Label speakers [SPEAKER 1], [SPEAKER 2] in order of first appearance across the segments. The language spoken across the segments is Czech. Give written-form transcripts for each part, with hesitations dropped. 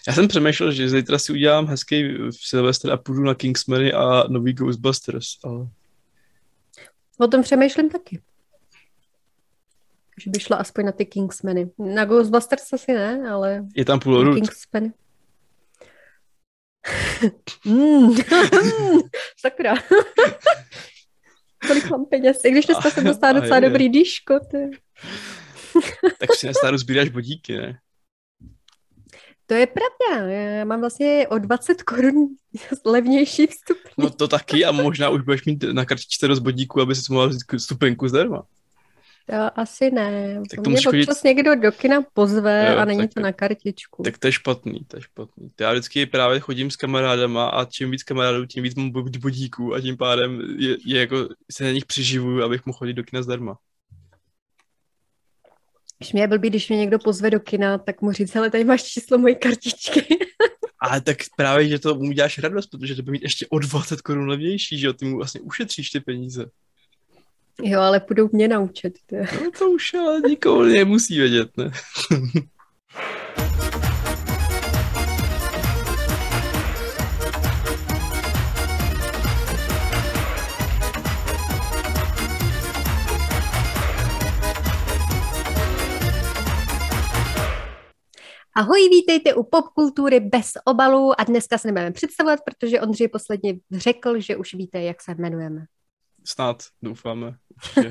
[SPEAKER 1] Já jsem přemýšlel, že zítra si udělám hezký Silvestr a půjdu na Kingsmany a nový Ghostbusters, ale...
[SPEAKER 2] O tom přemýšlím taky. Že by šla aspoň na ty Kingsmany. Na Ghostbusters asi ne, ale
[SPEAKER 1] Je tam půl
[SPEAKER 2] na
[SPEAKER 1] rud.
[SPEAKER 2] Kingsmany. Mm. Sakra. Kolik mám peněz? I když dneska jsem dostala docela dobrý dýško.
[SPEAKER 1] Tak si nestáru sbíráš bodíky, ne?
[SPEAKER 2] To je pravda. Já mám vlastně o 20 korun levnější vstup.
[SPEAKER 1] No to taky a možná už budeš mít na kartičce dost bodíků, aby si mohla vzít stupenku zdarma.
[SPEAKER 2] To asi ne.
[SPEAKER 1] Tak
[SPEAKER 2] To
[SPEAKER 1] to
[SPEAKER 2] mě
[SPEAKER 1] musíš
[SPEAKER 2] občas někdo do kina pozve
[SPEAKER 1] Jo,
[SPEAKER 2] a není
[SPEAKER 1] tak-
[SPEAKER 2] to na kartičku.
[SPEAKER 1] Tak to je špatný, to je špatný. Já vždycky právě chodím s kamarádama a čím víc kamarádů, tím víc mám bodíků a tím pádem je jako se na nich přiživuju, abych mohl chodit do kina zdarma.
[SPEAKER 2] Když mě je blbý, když mě někdo pozve do kina, tak mu říct, hele, tady máš číslo mojí kartičky.
[SPEAKER 1] Ale tak právě, že to mu děláš radost, protože to bude mít ještě o 20 korun levnější, že jo, ty mu vlastně ušetříš ty peníze.
[SPEAKER 2] Jo, ale půjdou mě na účet.
[SPEAKER 1] No to už ale nikoho nemusí vědět, ne?
[SPEAKER 2] Ahoj, vítejte u Popkultury bez obalu a dneska se nebudeme představovat, protože Ondřej posledně řekl, že už víte, jak se jmenujeme.
[SPEAKER 1] Snad, doufáme. Určitě.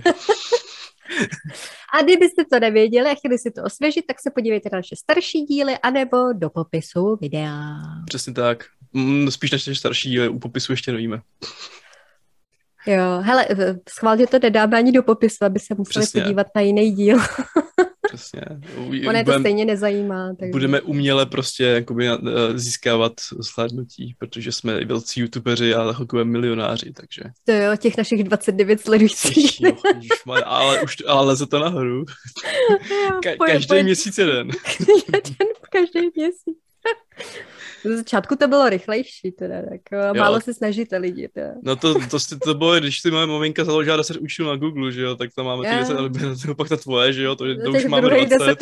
[SPEAKER 2] A kdybyste to nevěděli a chtěli si to osvěžit, tak se podívejte na naše starší díly anebo do popisu videa.
[SPEAKER 1] Přesně tak. Spíš než ty starší díly, u popisu ještě nevíme.
[SPEAKER 2] Jo, hele, schválně to nedáme ani do popisu, aby se museli
[SPEAKER 1] Přesně.
[SPEAKER 2] podívat na jiný díl.
[SPEAKER 1] Přesně.
[SPEAKER 2] Ono to stejně nezajímá. Takže...
[SPEAKER 1] Budeme uměle prostě jakoby získávat shlédnutí, protože jsme velcí youtubeři a hokové milionáři, takže...
[SPEAKER 2] To jo, těch našich 29 sledujících.
[SPEAKER 1] Ale leze to nahoru. Každý měsíc jeden.
[SPEAKER 2] Každý měsíc. Na začátku to bylo rychlejší, teda, tak málo se snažíte lidi. Teda.
[SPEAKER 1] No to bylo, když si moje maminka založila 10 účtů na Google, že jo, tak tam máme ty 10, ale pak ta tvoje, že jo, to už máme 20.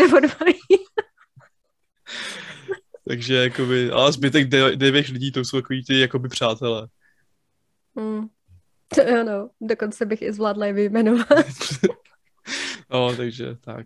[SPEAKER 1] Takže jakoby, ale zbytek 9 lidí, to jsou takový ty jakoby přátelé.
[SPEAKER 2] Ano, dokonce bych i zvládla je vyjmenovat.
[SPEAKER 1] No, takže tak.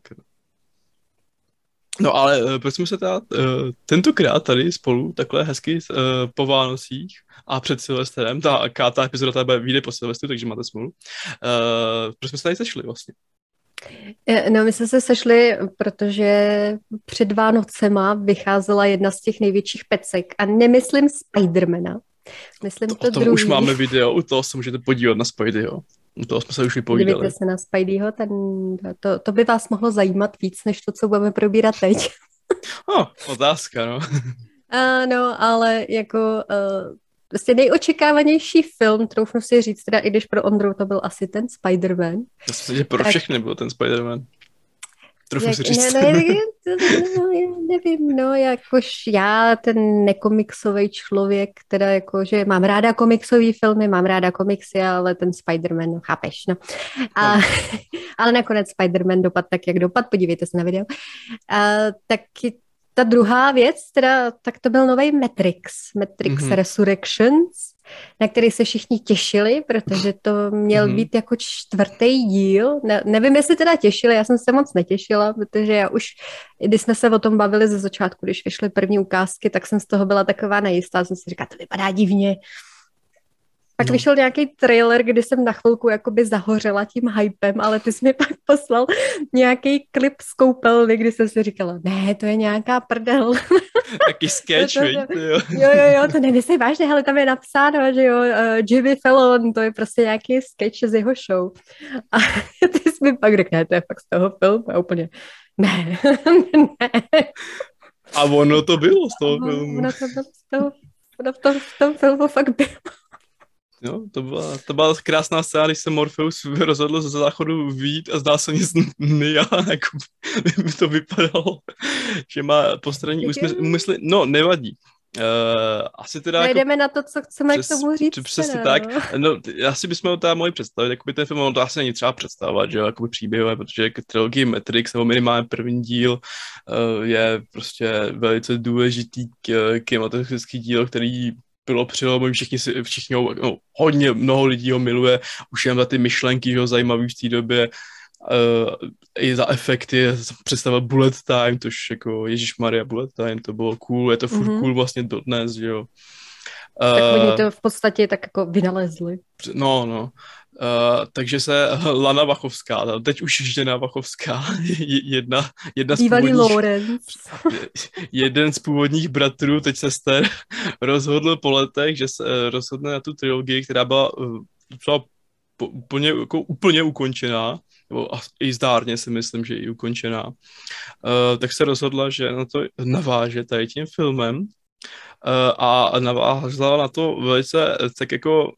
[SPEAKER 1] No ale proč jsme se teda tentokrát tady spolu takhle hezky po Vánocích a před Silvestrem, ta epizoda tady vyjde po Silvestru, takže máte smůlu. Proč jsme se tady sešli vlastně?
[SPEAKER 2] No, my jsme se sešli, protože před Vánocema vycházela jedna z těch největších pecek a nemyslím Spidermana. Myslím to
[SPEAKER 1] druhý. Už máme video, u toho se můžete podívat na Spideyho. U toho jsme se už vypovídali.
[SPEAKER 2] Dívejte se na Spideyho, to by vás mohlo zajímat víc, než to, co budeme probírat teď.
[SPEAKER 1] Otázka, no.
[SPEAKER 2] No, ale jako vlastně nejočekávanější film, troufnu si říct, teda i když pro Ondru to byl asi ten Spider-Man.
[SPEAKER 1] Myslím, že pro všechny byl ten Spider-Man. Troufnu si říct.
[SPEAKER 2] Nevím, no, jakož já, ten nekomiksový člověk, teda jako, že mám ráda komiksové filmy, mám ráda komiksy, ale ten Spider-Man, no, chápeš, no. Ale nakonec Spider-Man dopad tak, jak dopad, podívejte se na video. Taky ta druhá věc, teda, tak to byl nový Matrix Resurrections, na který se všichni těšili, protože to měl být jako 4. díl. Nevím, jestli teda těšili, já jsem se moc netěšila, protože já už, když jsme se o tom bavili ze začátku, když vyšly první ukázky, tak jsem z toho byla taková nejistá, jsem si říkala, to vypadá divně. Pak vyšel nějaký trailer, kdy jsem na chvilku jakoby zahořela tím hypem, ale ty jsi mi pak poslal nějaký klip z koupelny, kdy jsem si říkala, ne, to je nějaká prdel.
[SPEAKER 1] Taký sketch,
[SPEAKER 2] jo, to nemyslím vážně, ale tam je napsáno, že jo, Jimmy Fallon, to je prostě nějaký sketch z jeho show. A ty jsi mi pak řekl, ne, to je fakt z toho filmu, a úplně, ne.
[SPEAKER 1] A ono to bylo z toho filmu.
[SPEAKER 2] Ono to bylo v tom filmu fakt bylo.
[SPEAKER 1] Jo, to byla krásná scéna, když se Morpheus rozhodl ze záchodu vyjít a zdá se mě Nea, jako by to vypadalo, že má postranní úmysly. No, nevadí. Asi teda jako
[SPEAKER 2] Jdeme na to, co chceme k tomu říct.
[SPEAKER 1] Přesně
[SPEAKER 2] teda,
[SPEAKER 1] tak.
[SPEAKER 2] no.
[SPEAKER 1] No, asi bychom to mohli představit, jakoby ten film, on to asi není třeba představovat, že jo, jakoby příběhové, protože k trilogii Matrix, nebo minimálně první díl, je prostě velice důležitý kinematografický díl, který bylo přelomový, všichni ho, no, hodně mnoho lidí ho miluje, už jen za ty myšlenky, že ho zajímavý v té době, i za efekty, představil Bullet Time, tož jako Ježišmarja Bullet Time, to bylo cool, je to furt cool vlastně dodnes, že jo.
[SPEAKER 2] Tak oni to v podstatě tak jako vynalezli.
[SPEAKER 1] No. Takže se Lana Wachowská, teď už žena Wachowská, jedna z
[SPEAKER 2] Bývalý
[SPEAKER 1] původních,
[SPEAKER 2] Lawrence.
[SPEAKER 1] jeden z původních bratrů, teď sester, rozhodl po letech, že se rozhodne na tu trilogii, která byla třeba úplně ukončená, nebo i zdárně si myslím, že i ukončená, tak se rozhodla, že na to naváže tady tím filmem a navázala na to velice tak jako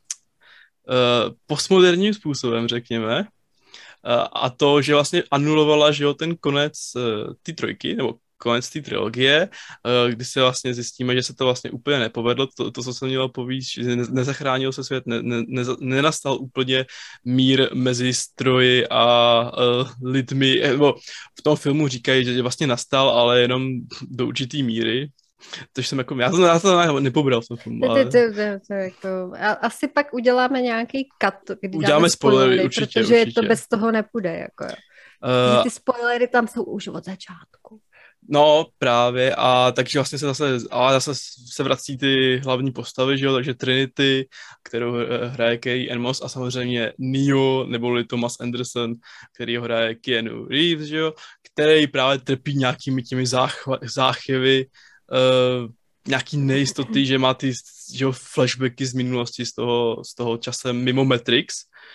[SPEAKER 1] postmoderním způsobem, řekněme. A to, že vlastně anulovala, že jo, ten konec té trojky, nebo konec té trilogie, kdy se vlastně zjistíme, že se to vlastně úplně nepovedlo, to co jsem měla povíct, že nezachránil se svět, nenastal úplně mír mezi stroji a lidmi, nebo v tom filmu říkají, že vlastně nastal, ale jenom do určitý míry. Takže jsem jako, já to nepobral v tom filmu. Ale...
[SPEAKER 2] Jako, asi pak uděláme nějaký cut, kdy
[SPEAKER 1] uděláme spoilery, určitě,
[SPEAKER 2] protože to bez toho nepůjde. Jako. Ty spoilery tam jsou už od začátku.
[SPEAKER 1] No, právě, a takže vlastně zase se vrací ty hlavní postavy, že jo, takže Trinity, kterou hraje Carrie-Anne Moss, a samozřejmě Neo, neboli Thomas Anderson, který ho hraje Keanu Reeves, že jo, který právě trpí nějakými těmi záchvěvy, nějaký nejistoty, že má ty, že jo, flashbacky z minulosti z toho časem mimo Matrix,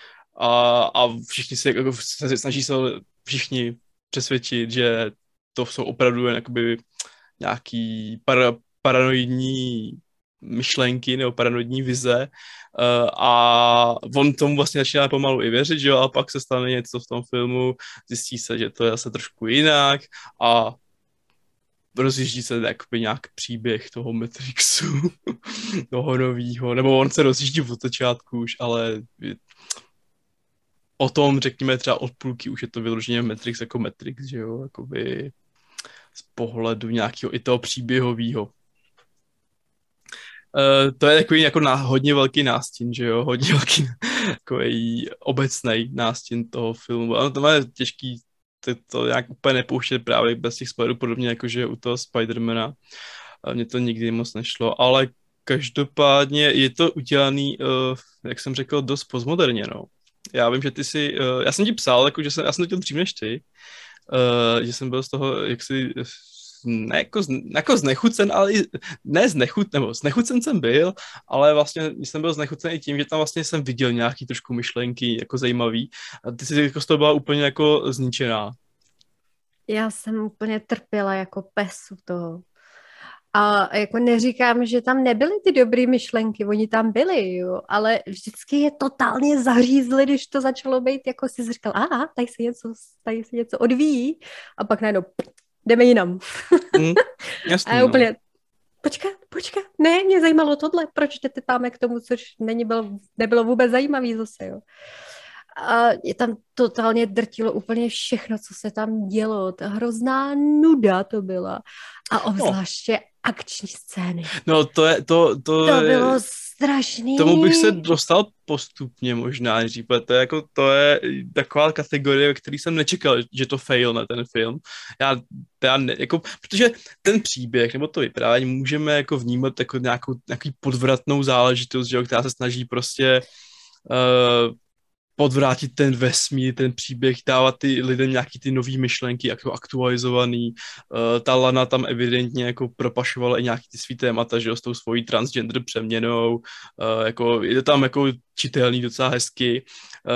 [SPEAKER 1] a všichni se snaží se všichni přesvědčit, že to jsou opravdu jakoby nějaký paranoidní myšlenky nebo paranoidní vize, a on tomu vlastně začíná pomalu i věřit, že jo, a pak se stane něco v tom filmu, zjistí se, že to je zase trošku jinak a rozjíždí se jakoby nějak příběh toho Matrixu, toho novýho, nebo on se rozjíždí od začátku už, ale o tom, řekněme, třeba od půlky už je to vyloženě Matrix jako Matrix, že jo, jakoby z pohledu nějakého i toho příběhového. To je takový jako hodně velký nástin, že jo, hodně velký takový obecnej nástin toho filmu. Ano, to je těžký to nějak úplně nepouštět právě bez těch spoilerů, podobně jako že u toho Spidermana. Mně to nikdy moc nešlo, ale každopádně je to udělaný, jak jsem řekl, dost postmoderně, no. Já vím, že ty si, já jsem ti psal, jako, já jsem to chtěl dřív než ty, že jsem byl z toho, jak si, ne jako znechucen, ale ne znechucen jsem byl, ale vlastně jsem byl znechucen i tím, že tam vlastně jsem viděl nějaký trošku myšlenky jako zajímavý, a ty jsi jako z toho byla úplně jako zničená.
[SPEAKER 2] Já jsem úplně trpěla jako pes u toho. A jako neříkám, že tam nebyly ty dobré myšlenky, oni tam byli, jo, ale vždycky je totálně zařízli, když to začalo být, jako si říkal, tady se něco odvíjí, a pak najednou jdeme jinam.
[SPEAKER 1] Jasný,
[SPEAKER 2] a úplně, počkat, ne, mě zajímalo tohle, proč jdete tam k tomu, což nebylo vůbec zajímavý zase, jo. A je tam totálně drtilo úplně všechno, co se tam dělo. Ta hrozná nuda to byla. A obzvláště akční scény.
[SPEAKER 1] No to
[SPEAKER 2] bylo strašný.
[SPEAKER 1] Tomu bych se dostal postupně možná, to je taková kategorie, ve který jsem nečekal, že to fail na ten film. Protože ten příběh nebo to vyprávění můžeme jako vnímat jako nějaký podvratnou záležitost, že jo, která se snaží prostě podvrátit ten vesmír, ten příběh, dávat ty lidem nějaký ty nový myšlenky, jako aktualizovaný. Ta Lana tam evidentně jako propašovala i nějaký ty svý témata, že jo, s tou svojí transgender přeměnou, jako je to tam jako čitelný docela hezky.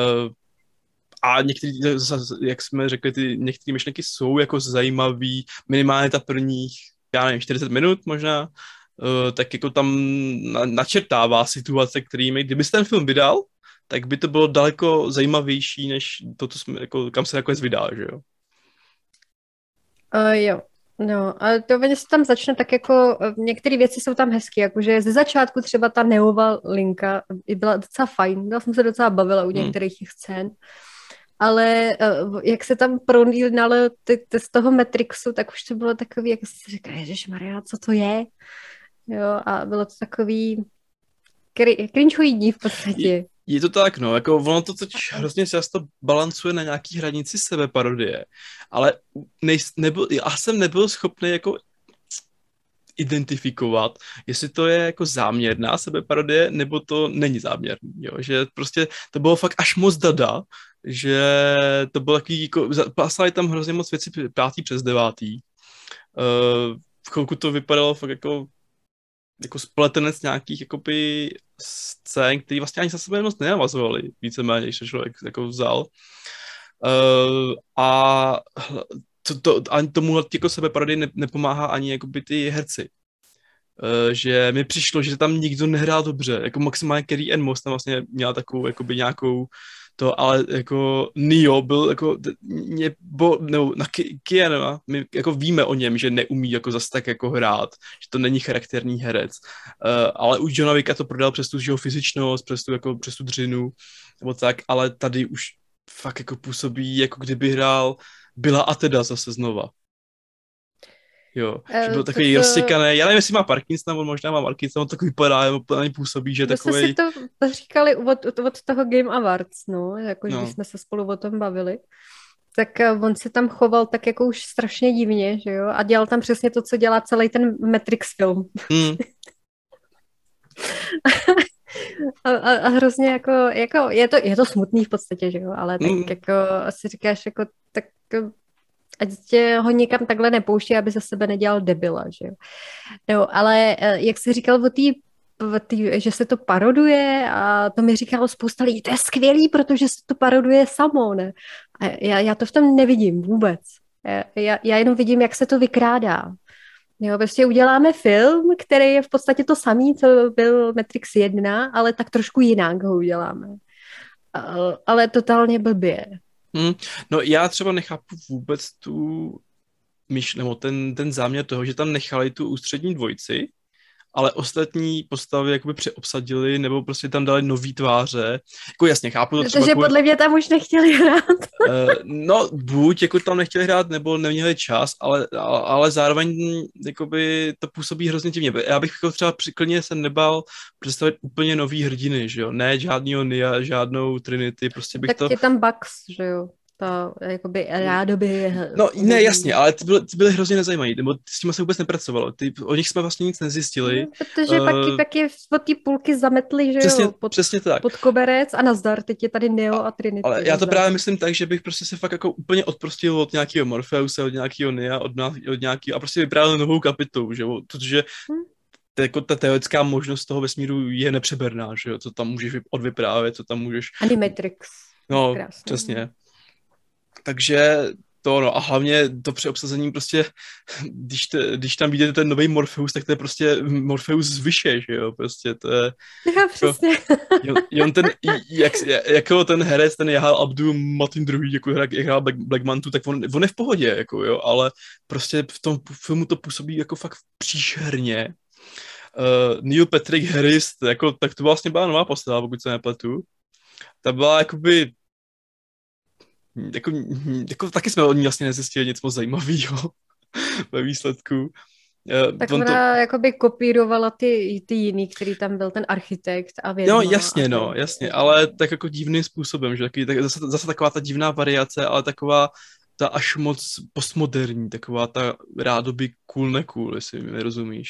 [SPEAKER 1] A některý, jak jsme řekli, některé myšlenky jsou jako zajímavý, minimálně ta prvních, já nevím, 40 minut možná, tak jako tam načrtává situace, kterými, kdyby se ten film vydal, tak by to bylo daleko zajímavější, než to, co jsme, jako, kam se nakonec vydá, že jo?
[SPEAKER 2] Jo. No, ale to oni se tam začne tak jako, některé věci jsou tam hezké, jakože ze začátku třeba ta Neova linka byla docela fajn, já jsem se docela bavila u některých těch scén, ale jak se tam prolínalo ty z toho Matrixu, tak už to bylo takový, jak si říká, ježišmarja, co to je? Jo, a bylo to takový cringeoidní v podstatě.
[SPEAKER 1] Je to tak, no, jako ono to totiž hrozně často balancuje na nějaký hranici sebeparodie, ale já jsem nebyl schopný jako identifikovat, jestli to je jako záměrná sebeparodie, nebo to není záměrný, jo, že prostě to bylo fakt až moc dada, že to bylo takový, jako, pásali tam hrozně moc věcí 5. přes 9. V chvilku to vypadalo fakt jako spletenec nějakých jakoby scén, který vlastně ani za sebe moc nenavazovaly, víceméně, když to člověk jako vzal. A ani tomu jako sebeparodii nepomáhá ani jakoby ty herci. Že mi přišlo, že tam nikdo nehrál dobře, jako maximálně Carrie Ann Moss tam vlastně měla takovou jakoby nějakou to, ale jako Neo byl jako, nebo na Keanu, my jako víme o něm, že neumí jako zase tak jako hrát, že to není charakterní herec, ale u Johna Wicka to prodal přes tu jeho fyzičnost, přes tu dřinu, nebo tak, ale tady už fakt jako působí, jako kdyby hrál Billa a Teda zase znova. Jo, že byl takový rozsekaný, já nevím, jestli má Parkinson, on možná má Parkinson, on tak vypadá, na něj působí, že takový...
[SPEAKER 2] My jsme si to říkali od toho Game Awards, no, jako když jsme se spolu o tom bavili, tak on se tam choval tak jako už strašně divně, že jo, a dělal tam přesně to, co dělá celý ten Matrix film. A hrozně jako je to smutný v podstatě, že jo, ale tak jako asi říkáš, jako tak ať tě ho někam takhle nepouští, aby za sebe nedělal debila, že jo. No, ale jak jsi říkal že se to paroduje a to mi říkalo spousta lidí, to je skvělý, protože se to paroduje samo, ne? A já to v tom nevidím vůbec. Já jenom vidím, jak se to vykrádá. Jo, prostě uděláme film, který je v podstatě to samý, co byl Matrix 1, ale tak trošku jinak ho uděláme. Ale totálně blbě.
[SPEAKER 1] No já třeba nechápu vůbec nebo ten záměr toho, že tam nechali tu ústřední dvojici, ale ostatní postavy jakoby přeobsadili, nebo prostě tam dali nový tváře. Jako jasně, chápu to třeba...
[SPEAKER 2] Protože podle mě tam už nechtěli hrát.
[SPEAKER 1] No, buď jako tam nechtěli hrát, nebo neměli čas, ale zároveň jakoby to působí hrozně divně. Já bych jako třeba klidně se nebál představit úplně nový hrdiny, že jo? Ne žádnýho Nia, žádnou Trinity, prostě bych
[SPEAKER 2] tak
[SPEAKER 1] to...
[SPEAKER 2] je tam Bugs, že jo? To jakoby rádoby...
[SPEAKER 1] No ne, jasně, ale ty byly hrozně nezajímavé, nebo s tím se vůbec nepracovalo. O nich jsme vlastně nic nezjistili.
[SPEAKER 2] No, protože pak je od té půlky zametli, že
[SPEAKER 1] přesně,
[SPEAKER 2] jo,
[SPEAKER 1] přesně tak.
[SPEAKER 2] pod koberec a nazdar, teď je tady Neo a Trinity.
[SPEAKER 1] Ale já to právě myslím tak, že bych prostě se fakt jako úplně odprostil od nějakého Morpheuse, od nějakého Nea, od nějakého a prostě vyprávěl novou kapitolu, že jo, protože jako ta teoretická možnost toho vesmíru je nepřeberná, že jo, co tam můžeš odvyprávět, co tam můžeš...
[SPEAKER 2] Animatrix.
[SPEAKER 1] No,
[SPEAKER 2] krásný.
[SPEAKER 1] Přesně. Takže to, no a hlavně to přeobsazení prostě, když tam vidíte ten nový Morpheus, tak to je prostě Morpheus zvyše, že jo, prostě to je...
[SPEAKER 2] Já přesně.
[SPEAKER 1] On ten, jako ten herec, ten Jahal Abdul Matin II, jako jak hrál Black Mantu, tak on je v pohodě, jako jo, ale prostě v tom filmu to působí jako fakt příšerně. Neil Patrick Harris, jako, tak to vlastně byla nová postava, pokud se nepletu. Ta byla jakoby jako taky jsme od ní vlastně nezjistili nic moc zajímavého ve výsledku.
[SPEAKER 2] Tak ona jakoby kopírovala ty jiný, který tam byl ten architekt a vědma.
[SPEAKER 1] No jasně, ale tak jako divným způsobem, že tak zase taková ta divná variace, ale taková ta až moc postmoderní, taková ta rádoby cool, jestli mi rozumíš.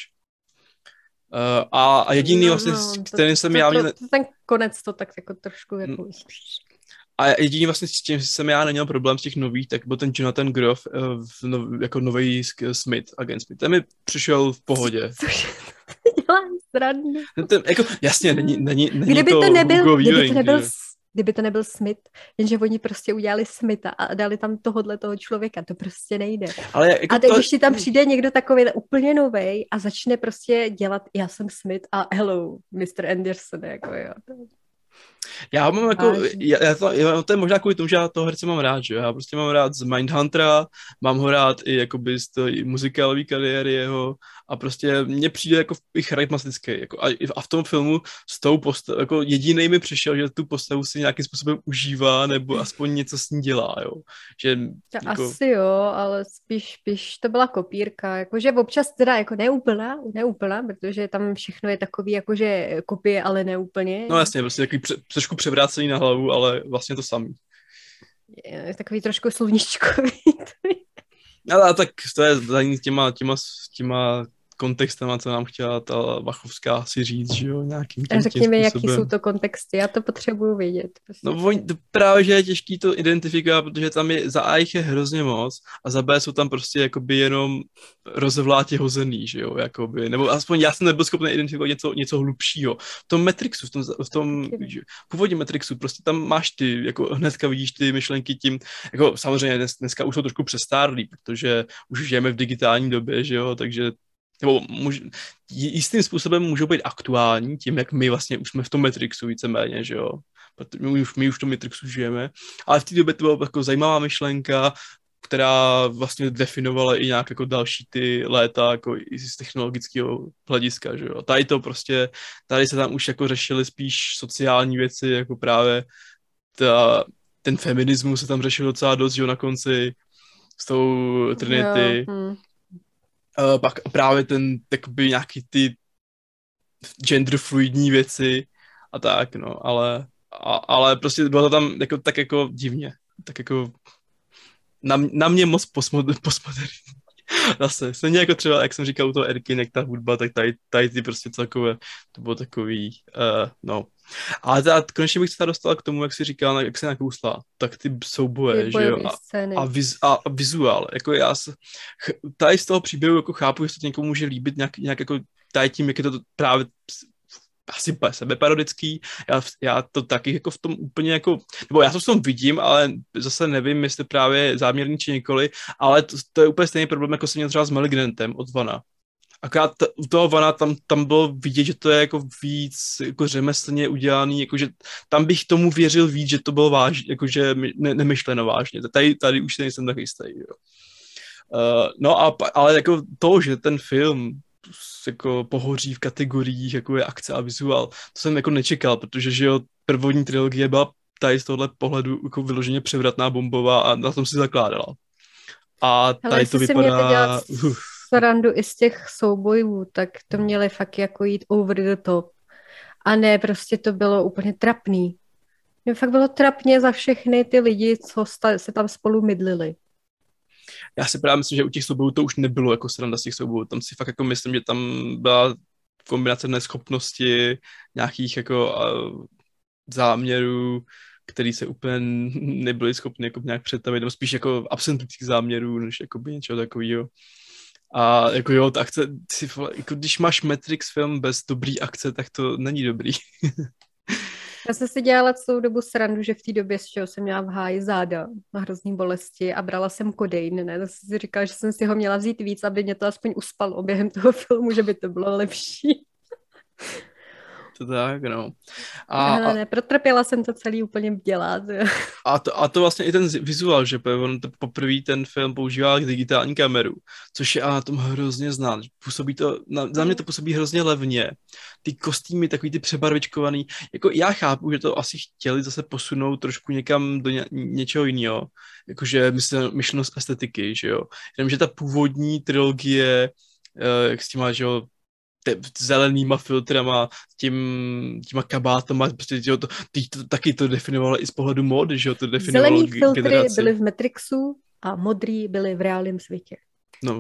[SPEAKER 1] A jediný vlastně, s kterým jsem já měl...
[SPEAKER 2] Ten konec to tak jako trošku jako...
[SPEAKER 1] A jediný vlastně, s tím jsem já neměl problém z těch nových, tak byl ten Jonathan Groff jako nový agent Smith. Ten mi přišel v pohodě.
[SPEAKER 2] Cože to dělá zradný.
[SPEAKER 1] Jako, jasně, není
[SPEAKER 2] kdyby
[SPEAKER 1] to
[SPEAKER 2] kdyby to nebyl Smith, jenže oni prostě udělali Smitha a dali tam toho člověka, to prostě nejde.
[SPEAKER 1] Ale jako
[SPEAKER 2] a teď, když ti tam přijde někdo takový úplně novej a začne prostě dělat, já jsem Smith a hello, Mr. Anderson, jako jo.
[SPEAKER 1] Já mám jako,
[SPEAKER 2] Vážně.
[SPEAKER 1] to je možná kvůli tomu, že já toho herce mám rád, že jo? Já prostě mám rád z Mindhuntera, mám ho rád i jakoby z té muzikálové kariéry jeho a prostě mně přijde jako i charismatický, jako a v tom filmu s tou postavou, jako jedinej mi přišel, že tu postavu si nějakým způsobem užívá nebo aspoň něco s ní dělá, jo? Že
[SPEAKER 2] To
[SPEAKER 1] jako,
[SPEAKER 2] asi jo, ale spíš to byla kopírka, jakože občas teda jako neúplná, protože tam všechno je takový jakože kopie, ale neúplně.
[SPEAKER 1] no jasně, prostě takový trošku převrácený na hlavu, ale vlastně to samý.
[SPEAKER 2] Je takový trošku sluníčkový.
[SPEAKER 1] Ale tak to je za těma kontextama, co nám chtěla ta Vachovská si říct, že jo, nějakým tím
[SPEAKER 2] Řekněme, jaký
[SPEAKER 1] způsobem.
[SPEAKER 2] jsou to kontexty, já to potřebuju vědět. Prostě.
[SPEAKER 1] No to právě, že je těžký to identifikovat, protože tam je, za A jich je hrozně moc a za B jsou tam prostě jakoby jenom rozvlátě hozený, že jo, jakoby, nebo aspoň já jsem nebyl schopný identifikovat něco hlubšího. V tom Matrixu, v tom původním Matrixu, prostě tam máš ty, jako hnedka vidíš ty myšlenky tím, jako samozřejmě dneska už jsou trošku přestárlí, protože už žijeme v digitální době, že jo, takže nebo jistým způsobem můžou být aktuální tím, jak my vlastně už jsme v tom Matrixu víceméně, že jo. Protože my už v tom Matrixu žijeme, ale v té době to byla jako zajímavá myšlenka, která vlastně definovala i nějak jako další ty léta jako i z technologického hlediska, že jo. Tady se tam už jako řešily spíš sociální věci, jako právě ten feminismus se tam řešil docela dost, že jo, na konci s tou Trinity. Pak právě takoby nějaký ty genderfluidní věci a tak, no, ale prostě bylo to tam jako, tak jako divně, tak jako na mě moc postmoderní. Zase, stejně jako třeba, jak jsem říkal u toho Erky, jak ta hudba, tak tady ty prostě celkové, to bylo takový, no. Ale teda konečně bych se tady dostala k tomu, jak jsi říkal, jak se nakousla, tak ty souboje, že jo, a vizuál, jako tady z toho příběhu jako chápu, že se to někomu může líbit nějak jako tady tím, jak je to právě asi sebeparodický, já to taky jako v tom úplně jako, nebo já to v tom vidím, ale zase nevím, jestli právě záměrný či nikoli, ale to je úplně stejný problém, jako jsem měl třeba s Malignantem od Vana. Akorát u toho Vana tam bylo vidět, že to je jako víc jako řemeslně udělaný, jakože tam bych tomu věřil víc, že to bylo vážně, jakože nemyšleno vážně. Tady už nejsem tak jistý, jo. Ale jako to, že ten film jako pohoří v kategoriích, jako je akce a vizuál, to jsem jako nečekal, protože že jo, prvotní trilogie byla tady z tohohle pohledu jako vyloženě převratná, bombová a na tom si zakládala. A tady to vypadá...
[SPEAKER 2] Srandu i z těch soubojů, tak to měli fakt jako jít over the top. A ne, prostě to bylo úplně trapný. Mě fakt bylo trapně za všechny ty lidi, co se tam spolu mydlili.
[SPEAKER 1] Já si právě myslím, že u těch soubojů to už nebylo jako sranda z těch soubojů. Tam si fakt jako myslím, že tam byla kombinace neschopnosti, nějakých jako záměrů, který se úplně nebyli schopni jako nějak představit, nebo spíš jako absentujících záměrů, než jako by něčeho takového. A jako jo, ta akce, jako když máš Matrix film bez dobrý akce, tak to není dobrý.
[SPEAKER 2] Já jsem si dělala celou dobu srandu, že v té době, z čeho jsem měla v háji záda na hrozný bolesti a brala jsem kodein, ne? Tak jsem si říkala, že jsem si ho měla vzít víc, aby mě to aspoň uspalo během toho filmu, že by to bylo lepší.
[SPEAKER 1] To tak, no.
[SPEAKER 2] Ne, protrpěla jsem to celý úplně dělat.
[SPEAKER 1] A to vlastně i ten vizuál, že on poprvé ten film používá digitální kameru, což je na tom hrozně znát. Působí to, za mě to působí hrozně levně. Ty kostýmy, takový ty přebarvičkovaný, jako já chápu, že to asi chtěli zase posunout trošku někam do něčeho jiného, jakože myšlenost estetiky, že jo. Jenomže ta původní trilogie, jak s tím má, že jo, zelenýma filtrama, těma kabátama, prostě, jo, taky to definovalo i z pohledu módy, že jo, to definovalo
[SPEAKER 2] zelený filtry
[SPEAKER 1] generaci.
[SPEAKER 2] Byly v Matrixu a modrý byly v reálném světě.
[SPEAKER 1] No.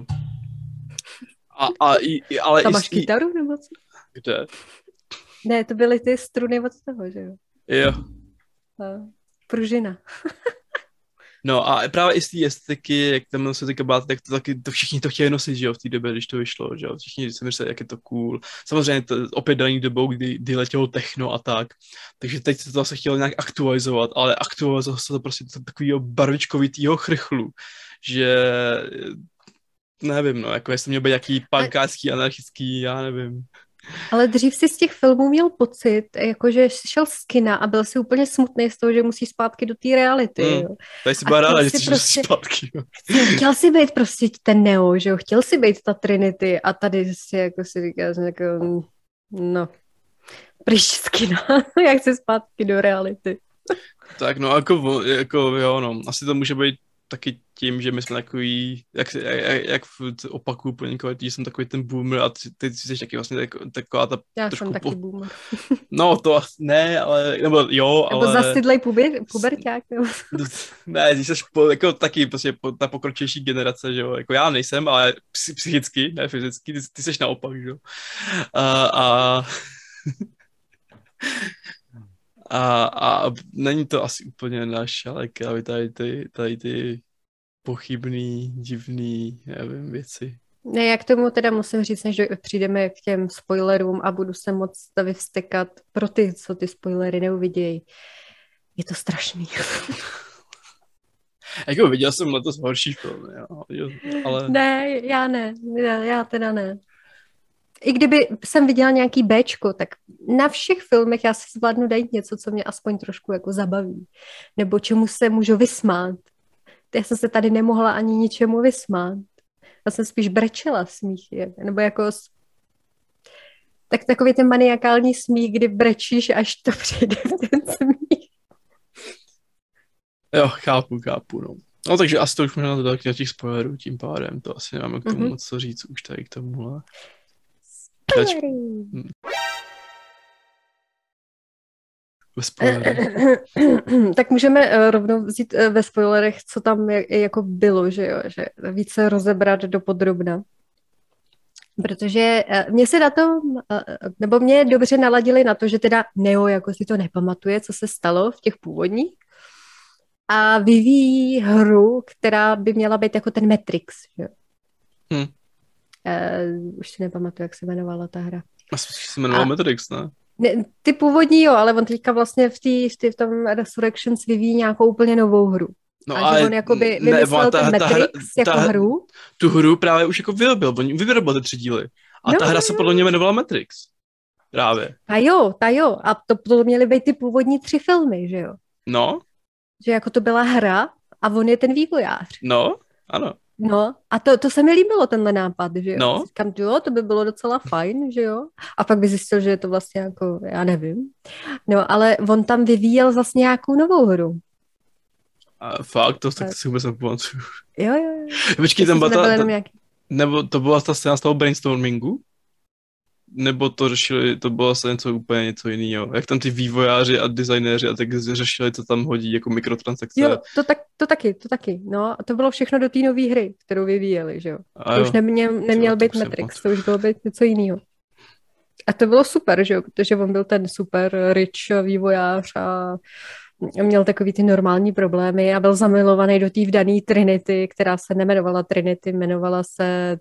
[SPEAKER 1] Ale
[SPEAKER 2] tam máš kytaru nebo co?
[SPEAKER 1] Kde?
[SPEAKER 2] Ne, to byly ty struny od toho, že jo?
[SPEAKER 1] Jo.
[SPEAKER 2] Pružina.
[SPEAKER 1] No a právě i z té estetiky, jak tam nosí ty kabáty, tak to taky to všichni to chtěli nosit, že jo, v té době, když to vyšlo, že jo, všichni si mysleli, jak je to cool. Samozřejmě to opět daný dobou, kdy letělo techno a tak, takže teď se to zase chtělo nějak aktualizovat, ale aktualizovat se to prostě do takového barvičkovitýho chrchlu, že nevím, no, jako jestli měl být jaký punkácký, anarchický, já nevím.
[SPEAKER 2] Ale dřív si z těch filmů měl pocit, jakože jsi šel z kina a byl si úplně smutný z toho, že musí zpátky do té reality. Jo.
[SPEAKER 1] Tady si
[SPEAKER 2] A
[SPEAKER 1] byla
[SPEAKER 2] chtěl
[SPEAKER 1] ráda, že
[SPEAKER 2] si
[SPEAKER 1] jsi
[SPEAKER 2] prostě,
[SPEAKER 1] zpátky. Jo.
[SPEAKER 2] chtěl si být prostě ten Neo, že jo, chtěl si být ta Trinity a tady si jako si říká, že jako, no, pryč z kina, jak se zpátky do reality.
[SPEAKER 1] Tak no, jako jo, no, asi to může být taky tím, že my jsme takový, jak opakuju po někoho, že jsem takový ten boomer a ty jsi taky vlastně taková ta
[SPEAKER 2] Já
[SPEAKER 1] trošku
[SPEAKER 2] jsem taky boomer.
[SPEAKER 1] No, to ne, ale, nebo jo,
[SPEAKER 2] Nebo
[SPEAKER 1] ale...
[SPEAKER 2] zasidlej puberťák.
[SPEAKER 1] Ne, ty jsi jako taky prostě ta pokročilejší generace, že jo, jako já nejsem, ale psychicky, ne fyzicky, ty jsi naopak, že jo. A, a není to asi úplně náš šalek, aby tady ty pochybný, divný, nevím, věci.
[SPEAKER 2] Ne, jak tomu teda musím říct, než přijdeme k těm spoilerům a budu se moc vyvstekat pro ty, co ty spoilery neuvidějí. Je to strašný.
[SPEAKER 1] Jako viděl jsem letos horší film, jo, ale...
[SPEAKER 2] Ne, já teda ne. I kdyby jsem viděla nějaký Bčko, tak na všech filmech já si zvládnu dát něco, co mě aspoň trošku jako zabaví. Nebo čemu se můžu vysmát. Já jsem se tady nemohla ani ničemu vysmát. Já jsem spíš brečela smích. Nebo jako... Tak takový ten maniakální smích, kdy brečíš, až to přijde v ten smích.
[SPEAKER 1] Jo, chápu, no. No takže asi to už možná dodal k těch spoilerů tím pádem, to asi nemáme k tomu moc co říct už tady k tomuhle.
[SPEAKER 2] Tak můžeme rovnou vzít ve spoilerech, co tam jako bylo, že jo, že více rozebrat dopodrobna. Protože mě se na tom, nebo mě dobře naladili na to, že teda Neo jako si to nepamatuje, co se stalo v těch původních a vyvíjí hru, která by měla být jako ten Matrix, že jo. Už si nepamatuju, jak se jmenovala ta hra.
[SPEAKER 1] Asi se jmenovala Matrix, ne?
[SPEAKER 2] Ne, ty původní jo, ale on teďka vlastně v tom Resurrections vyvíjí nějakou úplně novou hru.
[SPEAKER 1] No
[SPEAKER 2] a že on jakoby vymyslel ten Matrix jako hru.
[SPEAKER 1] Tu hru právě už jako vyrobil, on vyrobil ty 3 díly. A ta hra se podle mě jmenovala Matrix. Právě.
[SPEAKER 2] Ta jo. A to měly být ty původní 3 filmy, že jo?
[SPEAKER 1] No.
[SPEAKER 2] Že jako to byla hra a on je ten vývojář.
[SPEAKER 1] No, ano.
[SPEAKER 2] No, a to se mi líbilo, tenhle nápad, že jo?
[SPEAKER 1] No.
[SPEAKER 2] Říkám, jo, to by bylo docela fajn, že jo? A pak by zjistil, že je to vlastně jako, já nevím. No, ale on tam vyvíjel zase nějakou novou hru.
[SPEAKER 1] A fakt, tak si vůbec nepamatuju.
[SPEAKER 2] Jo.
[SPEAKER 1] Počkej, tam byla nebo to byla ta scéna z toho brainstormingu? Nebo to řešili, to bylo asi něco jiného. Jak tam ty vývojáři a designéři a tak řešili, co tam hodí jako mikrotransakce.
[SPEAKER 2] Jo, to taky. No, a to bylo všechno do té nové hry, kterou vyvíjeli, že jo. To už neměl být Matrix, to už bylo být něco jiného. A to bylo super, že jo, protože on byl ten super rich vývojář a měl takový ty normální problémy a byl zamilovaný do té vdaný Trinity, která se nemenovala Trinity, jmenovala se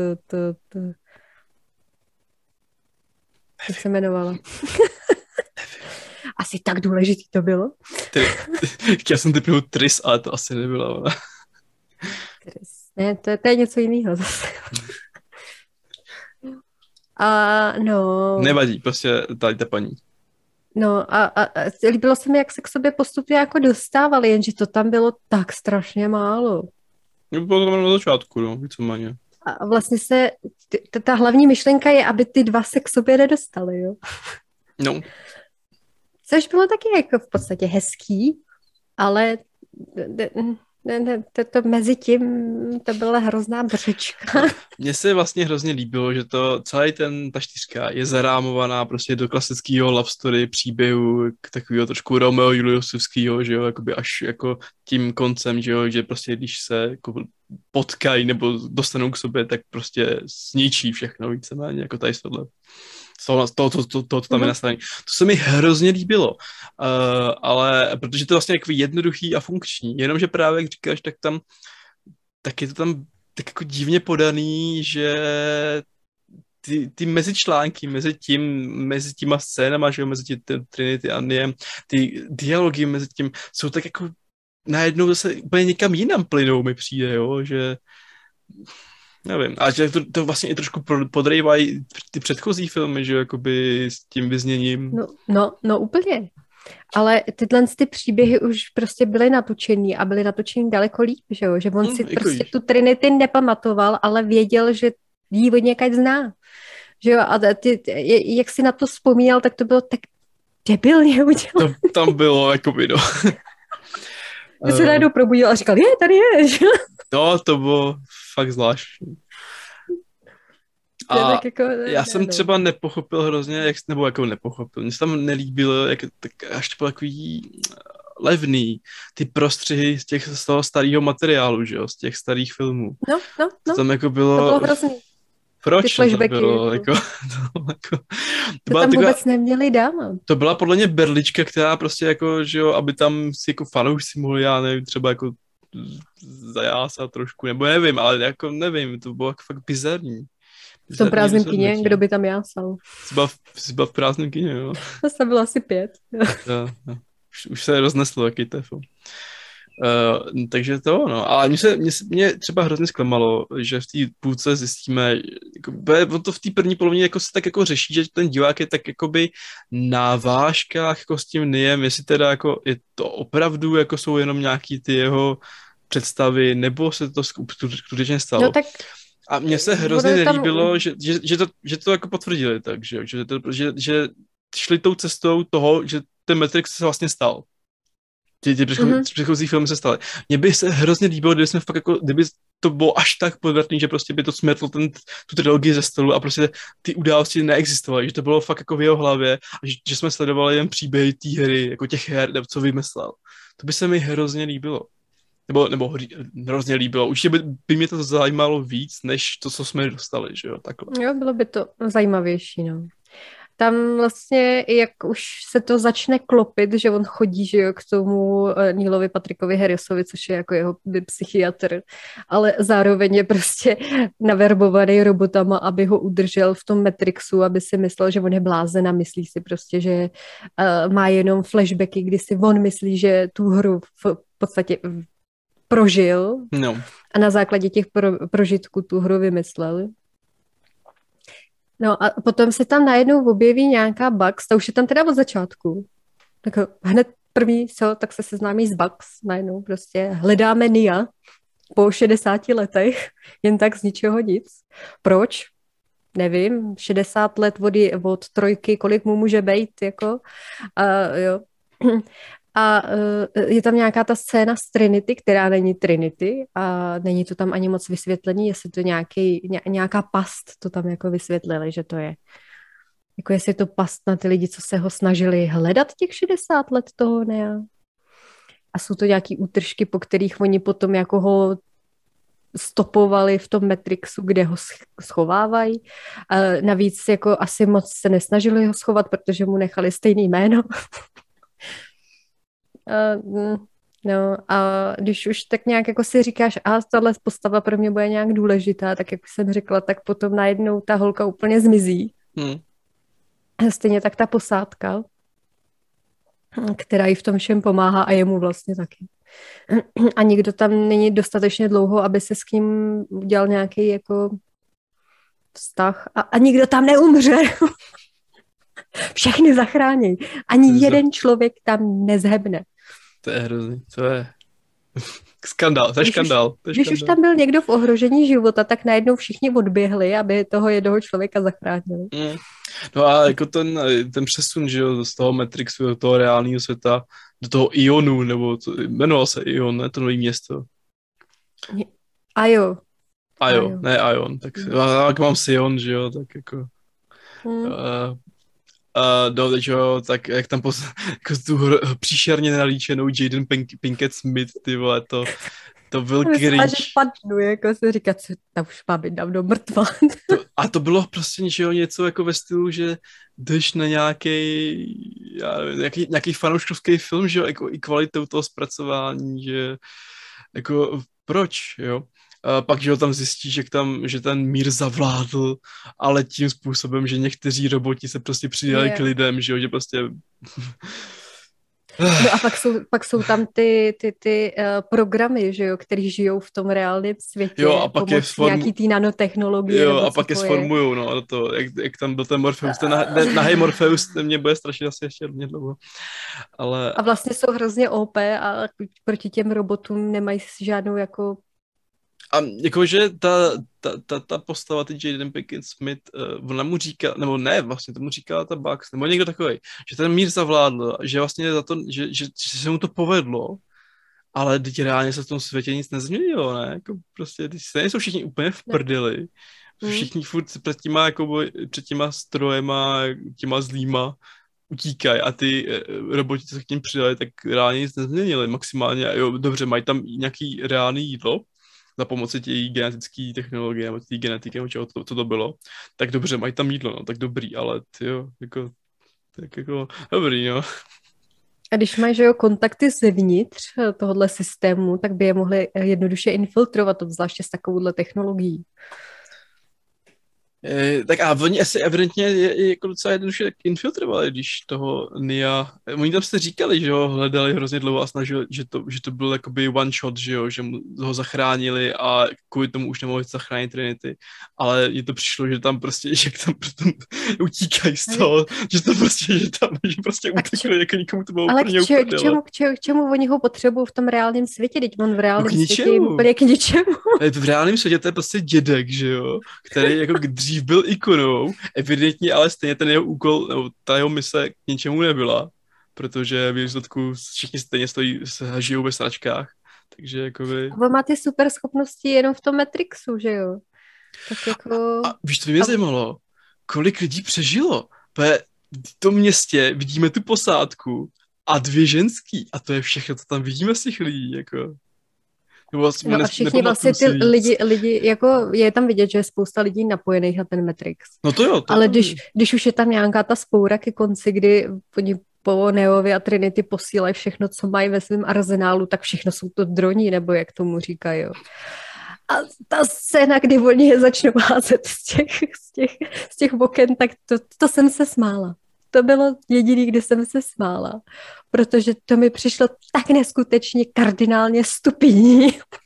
[SPEAKER 2] jak se jmenovala? Asi tak důležitý to bylo.
[SPEAKER 1] Chtěl jsem typnout Tris, ale to asi nebyla ona.
[SPEAKER 2] Tris. Ne, to je něco jiného zase. No...
[SPEAKER 1] Nevadí, prostě tady ta paní.
[SPEAKER 2] No a líbilo se mi, jak se k sobě postupně jako dostávali, jenže to tam bylo tak strašně málo.
[SPEAKER 1] Bylo to na začátku, no, víceméně.
[SPEAKER 2] A vlastně ta hlavní myšlenka je, aby ty dva se k sobě nedostali, jo?
[SPEAKER 1] No.
[SPEAKER 2] Což bylo taky jako v podstatě hezký, ale to mezi tím, to byla hrozná břečka.
[SPEAKER 1] Mně se vlastně hrozně líbilo, že ta 4 je zarámovaná prostě do klasického love story příběhu, k takového trošku Romeo Juliusovského, že jo, jakoby až jako tím koncem, že jo, že prostě když se jako potkají nebo dostanou k sobě, tak prostě zničí všechno víceméně, jako tady tohle. To tam je nastavení. To se mi hrozně líbilo, ale protože to je vlastně jako jednoduchý a funkční, jenomže právě, jak říkáš, tak je to tam tak jako divně podaný, že ty mezičlánky mezi těma scénama, že jo, mezi Trinity a Niem, ty dialogy mezi tím jsou tak jako najednou zase úplně někam jinam plynou mi přijde, jo, že nevím. A že to vlastně i trošku podrývají ty předchozí filmy, že jakoby s tím vyzněním.
[SPEAKER 2] No úplně. Ale tyhle ty příběhy už prostě byly natočený a byly natočený daleko líp, že jo? Že on si
[SPEAKER 1] jako
[SPEAKER 2] prostě tu Trinity nepamatoval, ale věděl, že jí od někať zná. Že jo? A jak si na to vzpomínal, tak to bylo tak debilně udělat.
[SPEAKER 1] To tam bylo, jakoby, no.
[SPEAKER 2] Ty se najednou probudil a říkal, tady je, že?
[SPEAKER 1] No, to bylo fakt zvláštní. A já jsem třeba nepochopil hrozně, nebo jako nepochopil, mně se tam nelíbilo, jak tak až to bylo takový levný, ty prostřihy z toho starého materiálu, že jo, z těch starých filmů.
[SPEAKER 2] No.
[SPEAKER 1] To tam jako bylo...
[SPEAKER 2] To bylo hrozný.
[SPEAKER 1] Proč to bylo?
[SPEAKER 2] To tam vůbec neměli dávat.
[SPEAKER 1] To byla podle mě berlička, která prostě jako, že jo, aby tam si jako fanoušci mohli, já nevím, třeba jako zajásat trošku, nebo nevím, ale jako nevím, to bylo jako fakt bizarní.
[SPEAKER 2] V tom prázdném kině, kdo by tam jásal?
[SPEAKER 1] Jsi byla v prázdném kině, jo.
[SPEAKER 2] To bylo asi 5.
[SPEAKER 1] Jo. Už se rozneslo, jaký to je film. Takže to, no. Ale mě třeba hrozně zklamalo, že v té půlce zjistíme, jako, to v té první polovině jako se tak jako řeší, že ten divák je tak jakoby na vážkách jako s tím Niem, jestli teda jako je to opravdu jako jsou jenom nějaký ty jeho představy, nebo se to skutečně stalo.
[SPEAKER 2] No tak
[SPEAKER 1] a mně se hrozně nelíbilo, že to jako potvrdili tak, že šli tou cestou toho, že ten Matrix se vlastně stal. Ty předchozí filmy se staly. Mně by se hrozně líbilo, kdyby to bylo až tak podvrtný, že prostě by to smetlo tu trilogii ze stolu a prostě ty události neexistovaly, že to bylo fakt jako v jeho hlavě a že jsme sledovali jen příběhy té hry, jako těch her, co vymyslel. To by se mi hrozně líbilo. Nebo hrozně líbilo. Určitě by mě to zajímalo víc, než to, co jsme dostali, že jo, takhle.
[SPEAKER 2] Jo, bylo by to zajímavější, no. Tam vlastně, jak už se to začne klopit, že on chodí, že jo, k tomu Neilovi Patrickovi Harrisovi, což je jako jeho psychiatr, ale zároveň je prostě naverbovaný robotama, aby ho udržel v tom Matrixu, aby si myslel, že on je blázen a myslí si prostě, že má jenom flashbacky, kdy si on myslí, že tu hru v podstatě prožil a na základě těch prožitků tu hru vymyslel. No a potom se tam najednou objeví nějaká Bugs, ta už je tam teda od začátku. Tak hned první, tak se seznámí s Bugs najednou prostě. Hledáme Nia po 60 letech, jen tak z ničeho nic. Proč? Nevím, 60 let od trojky, kolik mu může být, jako. Jo. A je tam nějaká ta scéna z Trinity, která není Trinity a není to tam ani moc vysvětlení, jestli to nějaká past to tam jako vysvětlili, že to je. Jako jestli je to past na ty lidi, co se ho snažili hledat těch 60 let toho, ne? A jsou to nějaký útržky, po kterých oni potom jako ho stopovali v tom Matrixu, kde ho schovávají. Navíc jako asi moc se nesnažili ho schovat, protože mu nechali stejný jméno. No a když už tak nějak jako si říkáš, tahle postava pro mě bude nějak důležitá, tak jak jsem řekla, tak potom najednou ta holka úplně zmizí. Stejně tak ta posádka, která jí v tom všem pomáhá a jemu vlastně taky. A nikdo tam není dostatečně dlouho, aby se s ním udělal nějaký jako vztah a nikdo tam neumře. Všechny zachrání. Ani jeden člověk tam nezhebne.
[SPEAKER 1] To je hrozný, to je skandál, to je škandál.
[SPEAKER 2] Když už tam byl někdo v ohrožení života, tak najednou všichni odběhli, aby toho jednoho člověka zachránili.
[SPEAKER 1] No a jako ten přesun, že jo, z toho Matrixu do toho reálného světa, do toho Ionu, nebo jmenoval se Ion, ne, to nový město.
[SPEAKER 2] Ajo,
[SPEAKER 1] ne Ion, tak jak mám Sion, že jo, tak jako... tak jak tam jako tu příšerně nalíčenou Jaden Pinkett Smith, ty vole, to byl cringe.
[SPEAKER 2] Že padnu, jako se říká, co ta už má být dávno mrtvá.
[SPEAKER 1] A to bylo prostě něco jako ve stylu, že jdeš na nějaký fanouškovský film, že jo, jako i kvalitou toho zpracování, že jako proč, jo. A pak, že ho tam zjistí, že ten mír zavládl, ale tím způsobem, že někteří roboti se prostě přidali k lidem, že prostě...
[SPEAKER 2] No a pak jsou tam ty programy, že jo, který žijou v tom reálném světě,
[SPEAKER 1] Jo, a pak je
[SPEAKER 2] nějaký ty nanotechnologie,
[SPEAKER 1] jo,
[SPEAKER 2] nebo
[SPEAKER 1] a
[SPEAKER 2] co
[SPEAKER 1] pak je
[SPEAKER 2] to je.
[SPEAKER 1] sformujou, no, a to, jak tam byl ten Morpheus, ten nahej Morpheus, ten mě bude strašně asi ještě hodně dlouho, ale...
[SPEAKER 2] A vlastně jsou hrozně OP a proti těm robotům nemají žádnou jako...
[SPEAKER 1] A jakože ta postava, ty Jaden Pinkett Smith, ona mu říká, nebo ne, vlastně tomu říká ta Bugs, nebo někdo takový, že ten mír zavládl, že vlastně za to, že se mu to povedlo, ale teď reálně se v tom světě nic nezměnilo, ne? Jako prostě, teď jsou všichni úplně v prdeli. Všichni furt před těma strojema, těma zlýma utíkají a ty roboti, co se k ním přidali, tak reálně nic nezměnili. Maximálně, jo, dobře, mají tam nějaký reálný jídlo za pomoci té genetické technologie, nebo té genetiky, nebo čeho to bylo. Tak dobře, mají tam jídlo, no, tak dobrý, ale tyjo, tak jako dobrý, no.
[SPEAKER 2] A když mají, že jo, kontakty zevnitř tohohle systému, tak by je mohli jednoduše infiltrovat, obzvláště s takovouhle technologií.
[SPEAKER 1] Tak a oni asi evidentně je jako docela jednoduše infiltrovali, když toho Nia, oni tam se říkali, že ho hledali hrozně dlouho a snažili, že to byl jakoby one shot, že jo, že ho zachránili a kvůli tomu už nemohli zachránit Trinity, ale mně to přišlo, že tam prostě, že tam utíkají z toho, že to prostě, že prostě utekli, jako nikomu to bylo
[SPEAKER 2] ale
[SPEAKER 1] úplně
[SPEAKER 2] k čemu oni ho potřebují v tom reálném světě, teď on v reálném světě je úplně k ničemu.
[SPEAKER 1] V reálném světě to je prostě dědek, že jo, který jako dřív byl ikonou, evidentně, ale stejně ten jeho úkol, nebo ta jeho mise k ničemu nebyla, protože v výsledku všichni stejně žijou ve sračkách, takže jakoby...
[SPEAKER 2] On má ty super schopnosti jenom v tom Matrixu, že jo? Tak jako...
[SPEAKER 1] A víš, to by mě zajímalo, kolik lidí přežilo? V tom městě vidíme tu posádku a 2 ženský a to je všechno, co tam vidíme z těch lidí, jako...
[SPEAKER 2] No a všichni vlastně ty lidi, jako je tam vidět, že je spousta lidí napojených na ten Matrix.
[SPEAKER 1] No to jo.
[SPEAKER 2] Ale když už je tam nějaká ta spoura ke konci, kdy oni po Neovi a Trinity posílají všechno, co mají ve svém arzenálu, tak všechno jsou to droní, nebo jak tomu říkají. A ta scéna, kdy oni je začnou házet z těch oken, tak to jsem se smála. To bylo jediný, kdy jsem se smála, protože to mi přišlo tak neskutečně kardinálně stupidní.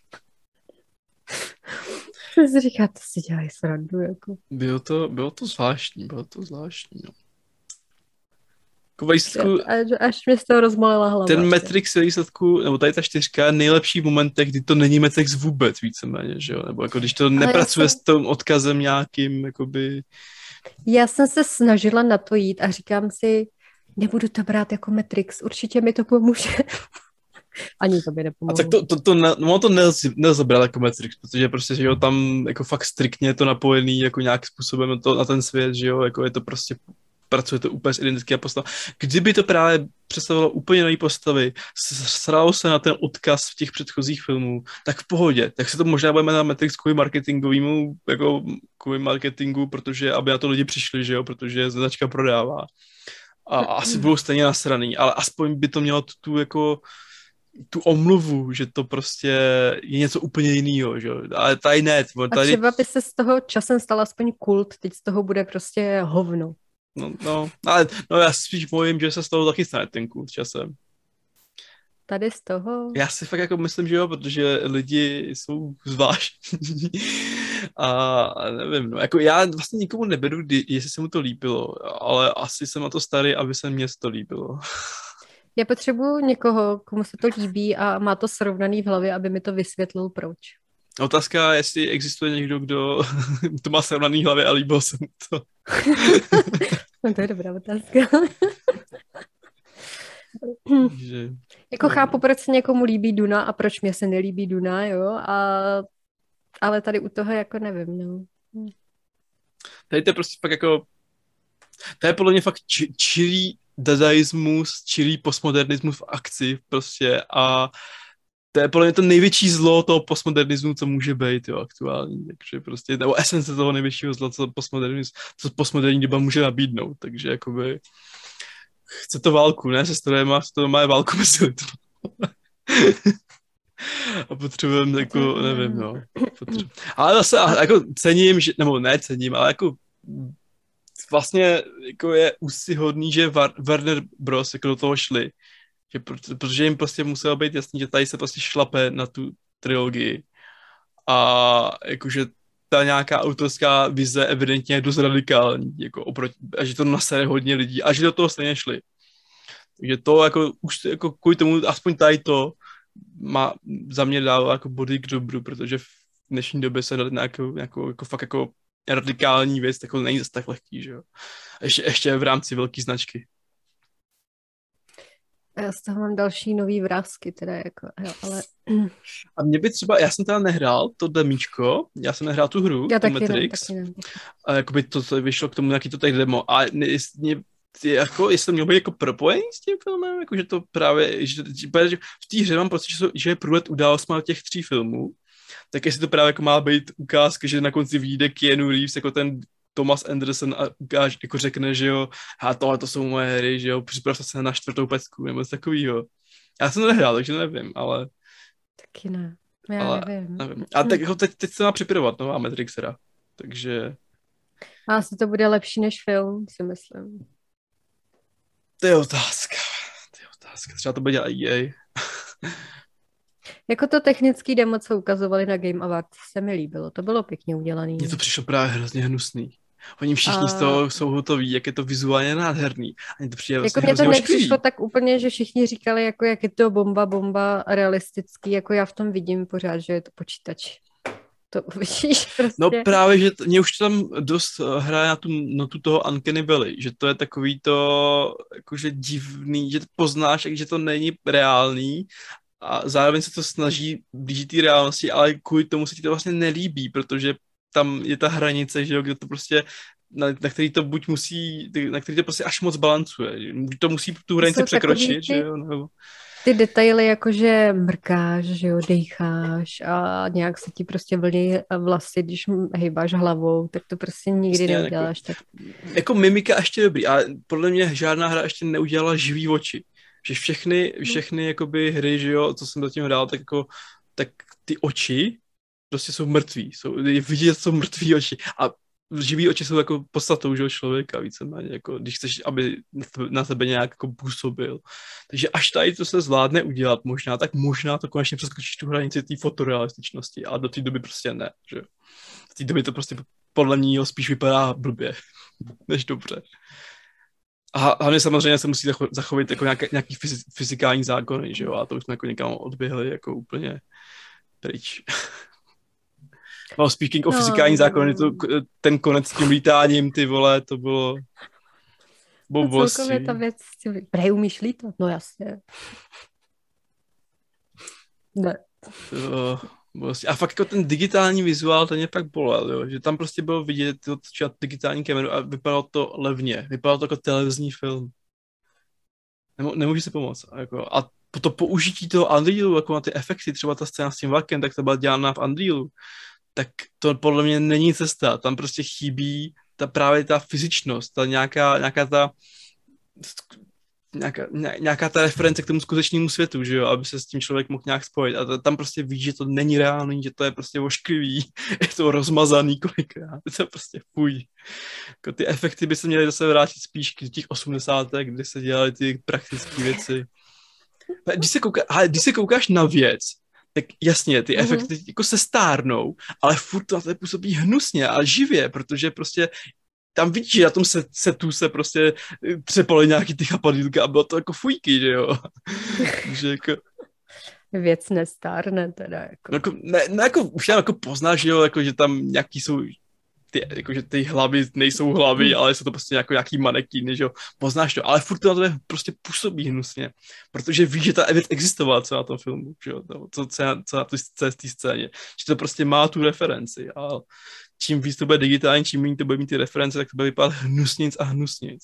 [SPEAKER 2] Jsem si říká, to si dělají srandu, jako.
[SPEAKER 1] Bylo to zvláštní, no. Jako výsledku,
[SPEAKER 2] až mě z toho rozmolela hlava.
[SPEAKER 1] Ten Matrix výsledku, nebo tady ta 4 je nejlepší moment, kdy to není Matrix vůbec víceméně, že jo? Nebo jako když to nepracuje s tím odkazem nějakým, jakoby... Já
[SPEAKER 2] jsem se snažila na to jít a říkám si, nebudu to brát jako Matrix, určitě mi to pomůže. Ani to by nepomohlo.
[SPEAKER 1] A tak to nelze brát jako Matrix, protože prostě, že jo, tam jako fakt striktně je to napojený jako nějakým způsobem na ten svět, že jo, jako je to prostě, pracuje to úplně s identickým postavou. Kdyby to právě představilo úplně nové postavy, sralo se na ten odkaz v těch předchozích filmů, tak v pohodě. Tak se to možná budeme na Matrix kvůli marketingovému, jako kvůli marketingu, protože aby na to lidi přišli, že jo, protože značka prodává. A asi budou stejně nasraný, ale aspoň by to mělo tu omluvu, že to prostě je něco úplně jiného, že jo. Ale tady ne.
[SPEAKER 2] A třeba by se z toho časem stal aspoň kult, teď z toho bude prostě hovno.
[SPEAKER 1] Ale já spíš bojím, že se z toho taky stane ten kult časem.
[SPEAKER 2] Tady z toho?
[SPEAKER 1] Já si fakt jako myslím, že jo, protože lidi jsou zvláštní a nevím, no, jako já vlastně nikomu neberu, jestli se mu to líbilo, ale asi jsem na to starý, aby se mně to líbilo.
[SPEAKER 2] Já potřebuji někoho, komu se to líbí a má to srovnaný v hlavě, aby mi to vysvětlil, proč.
[SPEAKER 1] Otázka, jestli existuje někdo, kdo to má srovnaný v hlavě a líbilo se mu to.
[SPEAKER 2] No to je dobrá otázka. Jako chápu, proč se někomu líbí Duna a proč mě se nelíbí Duna, jo, ale tady u toho jako nevím, no.
[SPEAKER 1] Tady to je prostě fakt jako, to je podle mě fakt čirý dadaismus, čirý postmodernismus v akci prostě a to je podle mě to největší zlo toho postmodernismu, co může být, jo, aktuální, takže prostě, nebo esence toho největšího zla, co postmoderní doba může nabídnout, takže jakoby chce to válku, ne, se strojema, to má válku mezi lidmi. A potřebujeme, jako, nevím, no. Ale zase, jako cením, že, nebo ne cením, ale jako vlastně jako je úctyhodný, že Warner Bros. Jako do toho šli. Že protože jim prostě muselo být jasný, že tady se prostě šlape na tu trilogii a jakože ta nějaká autorská vize evidentně je dost radikální, jako a že to nasere hodně lidí a že do toho stejně šli. Takže to jako už jako kvůli tomu, aspoň tady to má za mě dává jako body k dobru, protože v dnešní době se dát nějakou jako fakt jako radikální věc, tak není zase tak lehký, že jo. Ještě v rámci velké značky.
[SPEAKER 2] Já z toho mám další nový vrásky, teda jako, jo, ale...
[SPEAKER 1] A mě by třeba, já jsem teda nehrál to demíčko, já jsem nehrál tu hru,
[SPEAKER 2] Já
[SPEAKER 1] tu
[SPEAKER 2] taky
[SPEAKER 1] Matrix,
[SPEAKER 2] ne.
[SPEAKER 1] a jakoby to vyšlo k tomu, jaký to tak demo, a jako, jestli to mělo být jako propojený s tím filmem, jako, že to právě, že v té hře mám pocit, že je průlet událost má těch 3 filmů, tak jestli to právě jako má být ukázka, že na konci vyjde Keanu Reeves jako ten Thomas Anderson a ukáž, jako řekne, že jo, a tohle to jsou moje hry, že jo, připravte se na 4. pecku, nebo něco takovýho. Já jsem to nehrál, takže nevím, ale...
[SPEAKER 2] Taky ne, já nevím.
[SPEAKER 1] A tak jako teď se má připravovat nová Matrix hra, takže...
[SPEAKER 2] A asi to bude lepší než film, si myslím.
[SPEAKER 1] To je otázka. Třeba to bude dělat EA.
[SPEAKER 2] Jako to technický demo, co ukazovali na Game Awards, se mi líbilo. To bylo pěkně udělané.
[SPEAKER 1] Mně to přišlo právě hrozně hnusný. Oni všichni z toho jsou hotoví, jak je to vizuálně nádherný. A to přijde
[SPEAKER 2] jako mě to nepřišlo tak úplně, že všichni říkali, jako jak je to bomba realistický, jako já v tom vidím pořád, že je to počítač. To vidíš prostě.
[SPEAKER 1] No právě, že mě už tam dost hraje na tu notu toho Uncanny Valley, že to je takový to jakože divný, že to poznáš, že to není reálný a zároveň se to snaží blížit té reálnosti, ale kvůli tomu se ti to vlastně nelíbí, protože tam je ta hranice, že jo, kde to prostě, na který to buď musí, na který to prostě až moc balancuje. To musí tu hranici překročit, že jo, nebo...
[SPEAKER 2] Ty detaily, jakože mrkáš, že jo, dejcháš a nějak se ti prostě vlní vlasy, když hejbáš hlavou, tak to prostě nikdy vlastně neuděláš.
[SPEAKER 1] Jako mimika ještě dobrý, ale podle mě žádná hra ještě neudělala živý oči. Že všechny jakoby hry, že jo, co jsem zatím hrál, tak ty oči prostě jsou mrtví. Je vidět, jsou mrtví oči. A živý oči jsou jako podstatou, že jo, člověka víceméně, jako když chceš, aby na tebe nějak jako působil. Takže až tady to se zvládne udělat možná, tak možná to konečně přeskočíš tu hranici té fotorealističnosti a do té doby prostě ne, že jo. V té doby to prostě podle mě spíš vypadá blbě, než dobře. A hlavně samozřejmě se musí zachovat jako nějaký fyzikální zákony, že jo, a to už jsme jako někam odběhli jako úplně pryč. No, speaking o fyzikální zákony, ten konec s tím lítáním, ty vole, to bylo bobosti.
[SPEAKER 2] Celkově ta věc, prej umíš lítat? No jasně. Ne.
[SPEAKER 1] A fakt jako ten digitální vizuál, ten mě pak bolel, jo, že tam prostě bylo vidět digitální kameru a vypadalo to levně, vypadalo to jako televizní film. Nemůžu si pomoct. Jako, a to použití toho Unrealu, jako na ty efekty, třeba ta scéna s tím vlakem, tak to byla dělána v Unrealu. Tak to podle mě není cesta. Tam prostě chybí právě ta fyzičnost, ta nějaká ta reference k tomu skutečnému světu, že jo, aby se s tím člověk mohl nějak spojit. A tam prostě víš, že to není reálný, že to je prostě ošklivý, je to rozmazaný kolikrát, je to prostě fuj. Jako ty efekty by se měly zase vrátit spíš k těch 80. kdy se dělaly ty praktické věci. Když se koukáš na věc, tak jasně, ty efekty jako se stárnou, ale furt to na to působí hnusně a živě, protože prostě tam vidíš, že na tom setu se prostě třepaly nějaký ty chapadýlka a bylo to jako fujky, že jo. Takže jako...
[SPEAKER 2] Věc nestárne teda. Jako.
[SPEAKER 1] Jako už tam jako poznáš, že jo, jako, že tam nějaký jsou že ty hlavy nejsou hlavy, ale jsou to prostě nějaký manekýny, že jo, poznáš to, ale furt to na tebe prostě působí hnusně, protože víš, že ta věc existovala co na tom filmu, že jo, co na té scéně, že to prostě má tu referenci a čím víc to bude digitální, čím méně to bude mít ty reference, tak to bude vypadat hnusnic a hnusnic.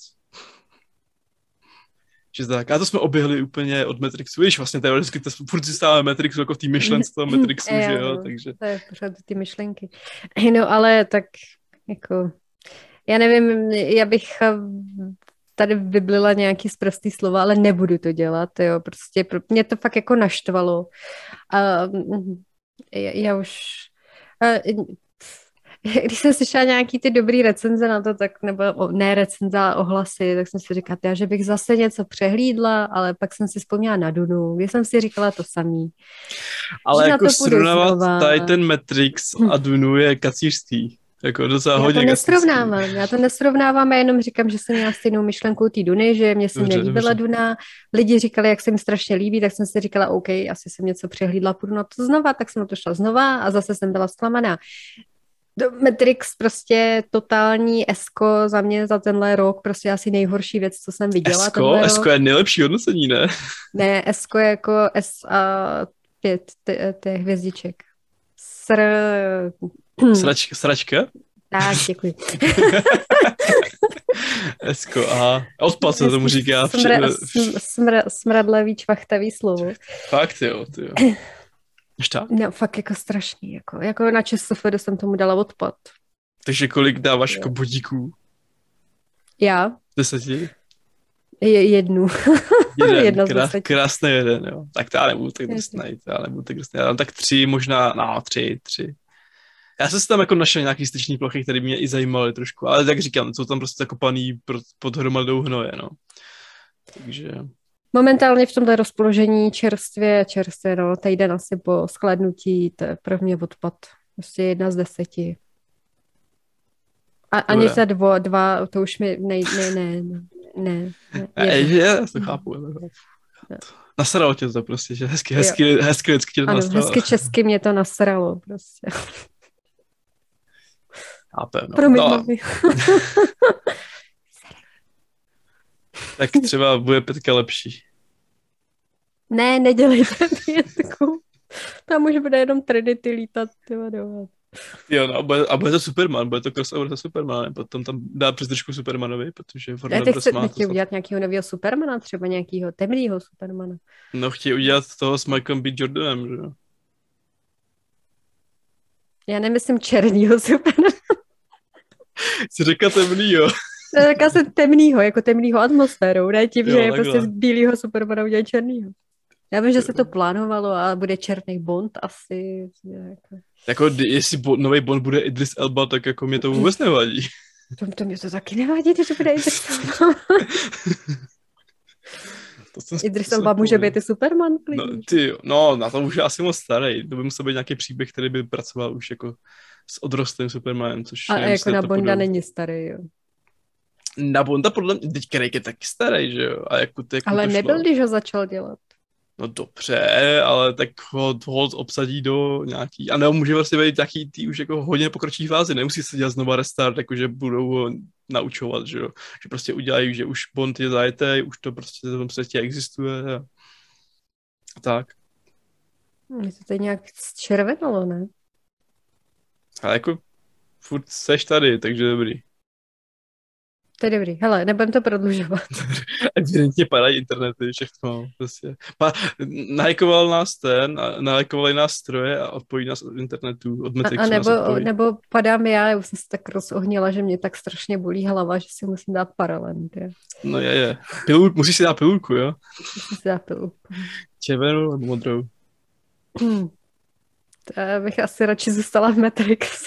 [SPEAKER 1] Že tak. A to jsme oběhli úplně od Matrixu. Víš, vlastně teoreticky to furt si stáváme Matrixu jako v té myšlence toho Matrixu, že jo, takže...
[SPEAKER 2] To je pořád ty myšlenky. No ale tak jako... Já nevím, já bych tady vyblila nějaký sprostý slova, ale nebudu to dělat, jo, prostě mě to fakt jako naštvalo. A já už... když jsem slyšela nějaký ty dobrý recenze na to, tak, nebo ne recenze, ale ohlasy, tak jsem si říkala, že bych zase něco přehlídla, ale pak jsem si vzpomněla na Dunu, kde jsem si říkala to samý.
[SPEAKER 1] Ale
[SPEAKER 2] Že na
[SPEAKER 1] jako
[SPEAKER 2] to půjdu
[SPEAKER 1] srovnávat
[SPEAKER 2] znova.
[SPEAKER 1] tady ten Matrix a Dunu je kacířský. Jako docela
[SPEAKER 2] Já
[SPEAKER 1] hodně
[SPEAKER 2] to
[SPEAKER 1] kacířský.
[SPEAKER 2] nesrovnávám, já jenom říkám, že jsem měla stejnou myšlenku té Duny, že mě se
[SPEAKER 1] Dobře,
[SPEAKER 2] nelíbila
[SPEAKER 1] dobře.
[SPEAKER 2] Duna. Lidi říkali, jak se mi strašně líbí, tak jsem si říkala, OK, asi jsem něco přehlídla, půjdu na to znova, tak jsem na to šla znova a zase jsem byla zklamaná. Matrix prostě totální esko za mě za tenhle rok, prostě asi nejhorší věc, co jsem viděla tenhle rok.
[SPEAKER 1] Esko je nejlepší hodnocení, ne?
[SPEAKER 2] Ne, esko je jako S a 5 těch hvězdiček.
[SPEAKER 1] Sračka?
[SPEAKER 2] Tak, děkuji.
[SPEAKER 1] Esko, aha. Odpad se tomu říká.
[SPEAKER 2] Smradlavý, čvachtavý slovo.
[SPEAKER 1] Fakt jo, ty jo. Až tak?
[SPEAKER 2] No, fakt jako strašný. Jako na ČSFD jsem tomu dala odpad.
[SPEAKER 1] Takže kolik dáváš jako bodíků?
[SPEAKER 2] Já?
[SPEAKER 1] 10?
[SPEAKER 2] Jednu.
[SPEAKER 1] Jeden, krásný jeden, jo. Tak to já nebudu tak drsnej, já dám tak 3, možná, 3. Já jsem si tam jako našel nějaký styční plochy, které mě i zajímaly trošku, ale tak říkám, jsou tam prostě zakopaný pod hromadou hnoje, no. Takže...
[SPEAKER 2] Momentálně v tomhle rozpoložení čerstvě, no, týden asi po skladnutí, to je pro mě odpad. Prostě 1 z 10. Ani za 2, to už mi ne.
[SPEAKER 1] Já to chápu. Nasralo tě to prostě, že hezky lidsky tě to nasralo.
[SPEAKER 2] Hezky česky mě to nasralo prostě.
[SPEAKER 1] Chápem, no.
[SPEAKER 2] Promiň,
[SPEAKER 1] Tak třeba bude 5 lepší.
[SPEAKER 2] Ne, nedělejte 5. Tam už bude jenom Trinity lítat.
[SPEAKER 1] Jo, no, a bude to Superman, bude to crossover se Supermanem, potom tam dá přezdržku Supermanovi, protože
[SPEAKER 2] Warner Bros. Chtějí udělat nějakého nového Supermana, třeba nějakého temného Supermana.
[SPEAKER 1] No, chtějí udělat toho s Michaelem B. Jordanem, že jo?
[SPEAKER 2] Já nemyslím černýho Supermana.
[SPEAKER 1] Jsi řekla temnýho.
[SPEAKER 2] Řekla jsem temnýho, jako temnýho atmosférou, ne tím, jo, že je prostě z bílého Supermana udělat černýho. Já vím, že se to plánovalo a bude černý Bond asi.
[SPEAKER 1] Jako jestli nový Bond bude Idris Elba, tak jako mě to vůbec nevadí.
[SPEAKER 2] To mě to taky nevadí, že bude Idris Elba. Idris Elba může být i Superman,
[SPEAKER 1] no, na to už je asi moc starý. To by musel být nějaký příběh, který by pracoval už jako s odrostlým Supermanem, což...
[SPEAKER 2] A jako na Bonda není starý, jo.
[SPEAKER 1] Na Bonda podle mě, teď Craig je taky starý, že jo. A jako
[SPEAKER 2] ale nebyl, když ho začal dělat.
[SPEAKER 1] No dobře, ale tak ho obsadí do nějaký, a nebo může vlastně být taky tý už jako hodně pokročilý fázi, nemusí se dělat znova restart, jakože budou ho naučovat, že jo, že prostě udělají, že už Bond je zajetej, už to prostě v tom světě existuje a tak.
[SPEAKER 2] Mě to tady nějak zčervenalo, ne?
[SPEAKER 1] Ale jako furt seš tady, takže dobrý.
[SPEAKER 2] To je dobrý. Hele, nebudem to prodlužovat.
[SPEAKER 1] Evidentně padají internety, všechno. Prostě. Nahajkovali nás stroje a odpojí nás od internetu, od Matrixu.
[SPEAKER 2] Nebo padám já už jsem se tak rozohnila, že mě tak strašně bolí hlava, že si musím dát Paralent. Je.
[SPEAKER 1] No je. Musíš si dát pilulku, jo?
[SPEAKER 2] Musím si dát pilulku.
[SPEAKER 1] Červenou nebo modrou?
[SPEAKER 2] To bych asi radši zůstala v Matrixu.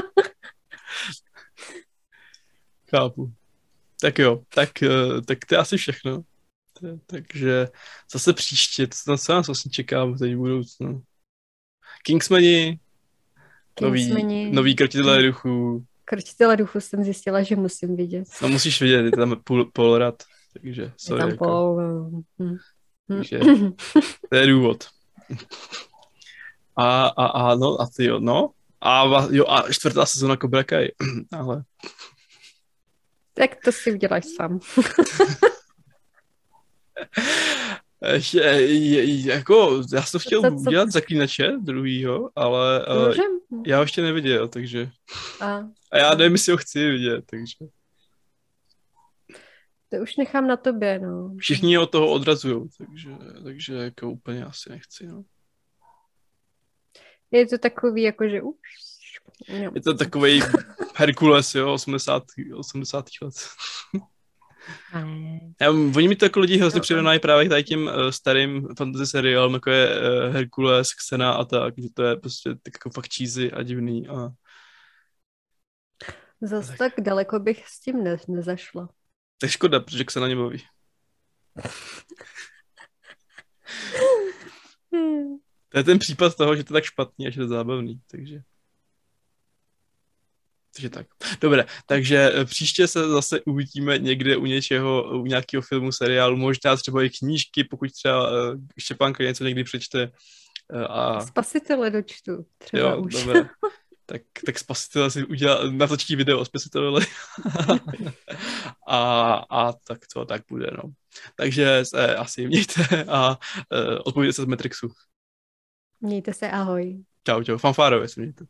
[SPEAKER 1] Chápu. Tak jo, tak to je asi všechno. Takže zase příště, co nás vlastně čeká teď v budoucnu. Kingsmani, nový krotitelé duchů.
[SPEAKER 2] Krotitelé duchů jsem zjistila, že musím vidět.
[SPEAKER 1] No musíš vidět, je tam Paul Rudd, takže sorry.
[SPEAKER 2] Je tam Paul.
[SPEAKER 1] Takže to je důvod. No a ty jo, no. A 4. sezóna Cobra Kai, ale...
[SPEAKER 2] Tak to si uděláš sám.
[SPEAKER 1] Jako, já jsem chtěl udělat Zaklínače druhýho, ale já ho ještě neviděl, takže... A já nevím, jestli ho chci vidět, takže...
[SPEAKER 2] To už nechám na tobě, no.
[SPEAKER 1] Všichni od toho odrazujou, takže jako úplně asi nechci, no.
[SPEAKER 2] Je to takový, jakože už...
[SPEAKER 1] No. Je to takovej Herkules, jo, 80. let. Oni mi to jako lidi hrozně přirovnají právě tady tím starým fantasy seriálem, jako je Herkules, Xena a tak, že to je prostě tak jako fakt cheesy a divný a
[SPEAKER 2] Zas tak daleko bych s tím nezašla.
[SPEAKER 1] To je škoda, protože se na ně baví. To je ten případ toho, že to je tak špatný a že to je zábavný, takže tak. Dobré, takže příště se zase uvidíme někde u něčeho, u nějakého filmu, seriálu, možná třeba i knížky, pokud třeba Štěpánka něco někdy přečte.
[SPEAKER 2] Spasitele dočtu, třeba
[SPEAKER 1] jo,
[SPEAKER 2] už.
[SPEAKER 1] Dobré. Tak Spasitele si udělá, natočí video o Spasiteli. a tak bude, no. Takže se asi mějte a odpovídejte se z Matrixu.
[SPEAKER 2] Mějte se, ahoj.
[SPEAKER 1] Čau, fanfárové se mějte.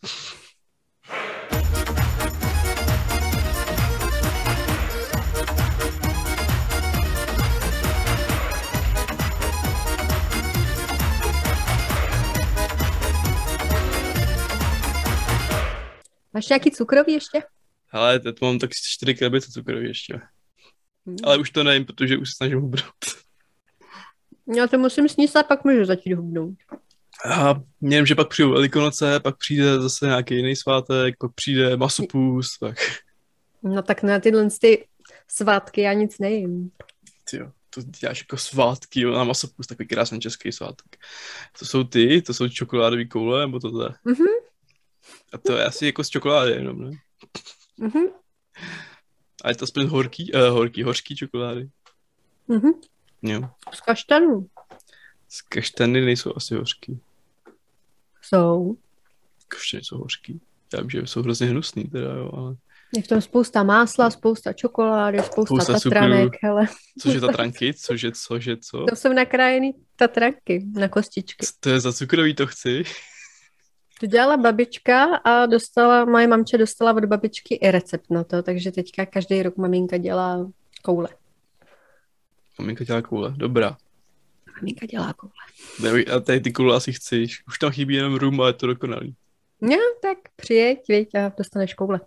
[SPEAKER 2] Máš nějaký cukrový ještě?
[SPEAKER 1] Hele, teď mám tak 4 krabice cukroví ještě. Ale už to nevím, protože už se snažím hubnout.
[SPEAKER 2] Já to musím sníst a pak můžu začít hubnout.
[SPEAKER 1] A nevím, že pak přijdou Velikonoce, pak přijde zase nějaký jiný svátek, pak přijde masopust, pak...
[SPEAKER 2] No tak na tyhle ty svátky já nic nejím.
[SPEAKER 1] Tyjo, to děláš jako svátky, na masopust, takový krásný český svátek. To jsou čokoládové koule, nebo to je?
[SPEAKER 2] Mhm.
[SPEAKER 1] A to je asi jako z čokolády jenom, ne?
[SPEAKER 2] Mhm.
[SPEAKER 1] A je to aspoň hořký čokolády.
[SPEAKER 2] Mhm.
[SPEAKER 1] Jo.
[SPEAKER 2] Z kaštanů.
[SPEAKER 1] Z kaštany nejsou asi hořký.
[SPEAKER 2] Jsou.
[SPEAKER 1] Kaštany jsou hořký. Já vím, že jsou hrozně hnusný teda, jo, ale...
[SPEAKER 2] Je v tom spousta másla, spousta čokolády, spousta tatranek, hele.
[SPEAKER 1] Cože tatranky? Cože, co?
[SPEAKER 2] To jsou nakrájený tatranky na kostičky.
[SPEAKER 1] Co to je za cukrový, to chci?
[SPEAKER 2] To dělala babička a moje mamče dostala od babičky i recept na to, takže teďka každý rok maminka dělá koule.
[SPEAKER 1] Maminka dělá koule, dobrá.
[SPEAKER 2] Maminka dělá koule.
[SPEAKER 1] A tady ty koule asi chci. Už tam chybí jenom rum a je to dokonalý.
[SPEAKER 2] No, tak přijeď, viď, a dostaneš koule.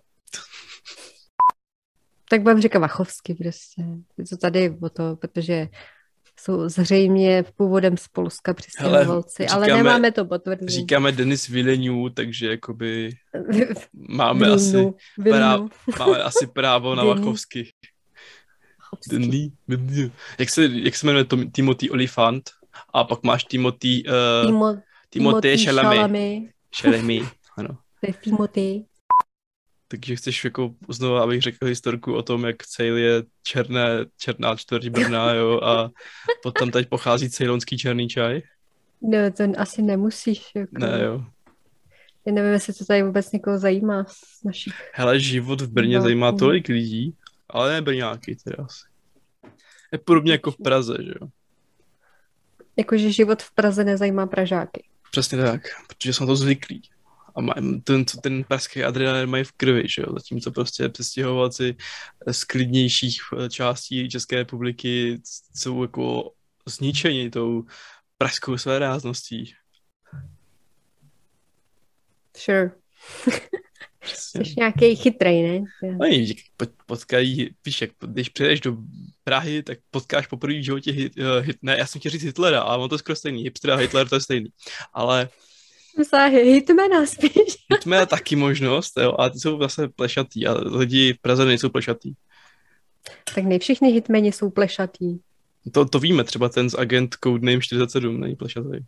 [SPEAKER 2] Tak budem říkat Vachovsky prostě. Je to tady o to, protože jsou zřejmě původem z Polska přistěhovalci, ale nemáme to potvrzené.
[SPEAKER 1] Říkáme Denis Villeneuve, takže jakoby máme asi právo na Vachovsky. Jak se jmenuje Timothy Olyphant a pak máš Timothy Chalamet. Ano.
[SPEAKER 2] To je Timothy.
[SPEAKER 1] Takže chceš jako znovu, abych řekl historku o tom, jak Cejl je černá čtvrť Brna, jo, a potom teď pochází cejlonský černý čaj?
[SPEAKER 2] No, to asi nemusíš. Jako.
[SPEAKER 1] Ne, jo.
[SPEAKER 2] Já nevím, jestli to tady vůbec někoho zajímá z našich...
[SPEAKER 1] Hele, život v Brně zajímá tolik lidí, ale ne Brňáky teda asi. Je podobně jako v Praze, že jo.
[SPEAKER 2] Jakože život v Praze nezajímá Pražáky.
[SPEAKER 1] Přesně tak, protože jsou to zvyklí. A ten pražský adrenalin mají v krvi, že jo, zatímco prostě přestěhovalci z klidnějších částí České republiky jsou jako zničeni tou pražskou svérázností.
[SPEAKER 2] Sure. Jsi nějaký chytrej, ne?
[SPEAKER 1] Oni potkají, víš, když přijdeš do Prahy, tak potkáš poprvé v životě ne, já jsem chtěl říct Hitlera, ale on to je skoro stejný, hipster a Hitler to je stejný, ale
[SPEAKER 2] Hitmana spíš.
[SPEAKER 1] Hitmana taky možnost, jo, a ty jsou zase plešatý a lidi v Praze nejsou plešatý.
[SPEAKER 2] Tak ne všichni hitmeni jsou plešatý.
[SPEAKER 1] To víme, třeba ten z Agent Codename 47 není plešatý.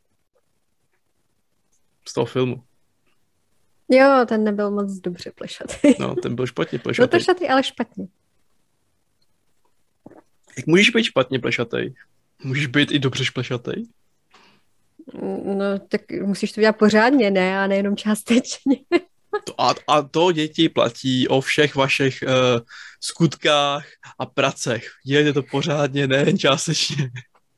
[SPEAKER 1] Z toho filmu.
[SPEAKER 2] Jo, ten nebyl moc dobře plešatý.
[SPEAKER 1] No, ten byl špatně plešatý.
[SPEAKER 2] Byl plešatý, ale špatně.
[SPEAKER 1] Jak můžeš být špatně plešatý? Můžeš být i dobře plešatý?
[SPEAKER 2] No, tak musíš to dělat pořádně, ne? A nejenom částečně.
[SPEAKER 1] A to děti platí o všech vašich skutkách a pracech. Dělejte to pořádně, nejen částečně.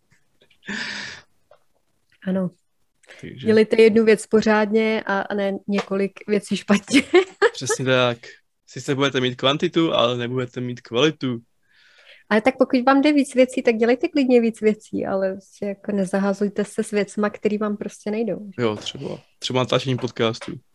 [SPEAKER 2] Ano.
[SPEAKER 1] Takže...
[SPEAKER 2] Dělejte jednu věc pořádně a ne několik věcí špatně.
[SPEAKER 1] Přesně tak. Sice budete mít kvantitu, ale nebudete mít kvalitu.
[SPEAKER 2] Ale tak pokud vám jde víc věcí, tak dělejte klidně víc věcí, ale jako nezahazujte se s věcma, které vám prostě nejdou.
[SPEAKER 1] Jo, třeba natáčení podcastu.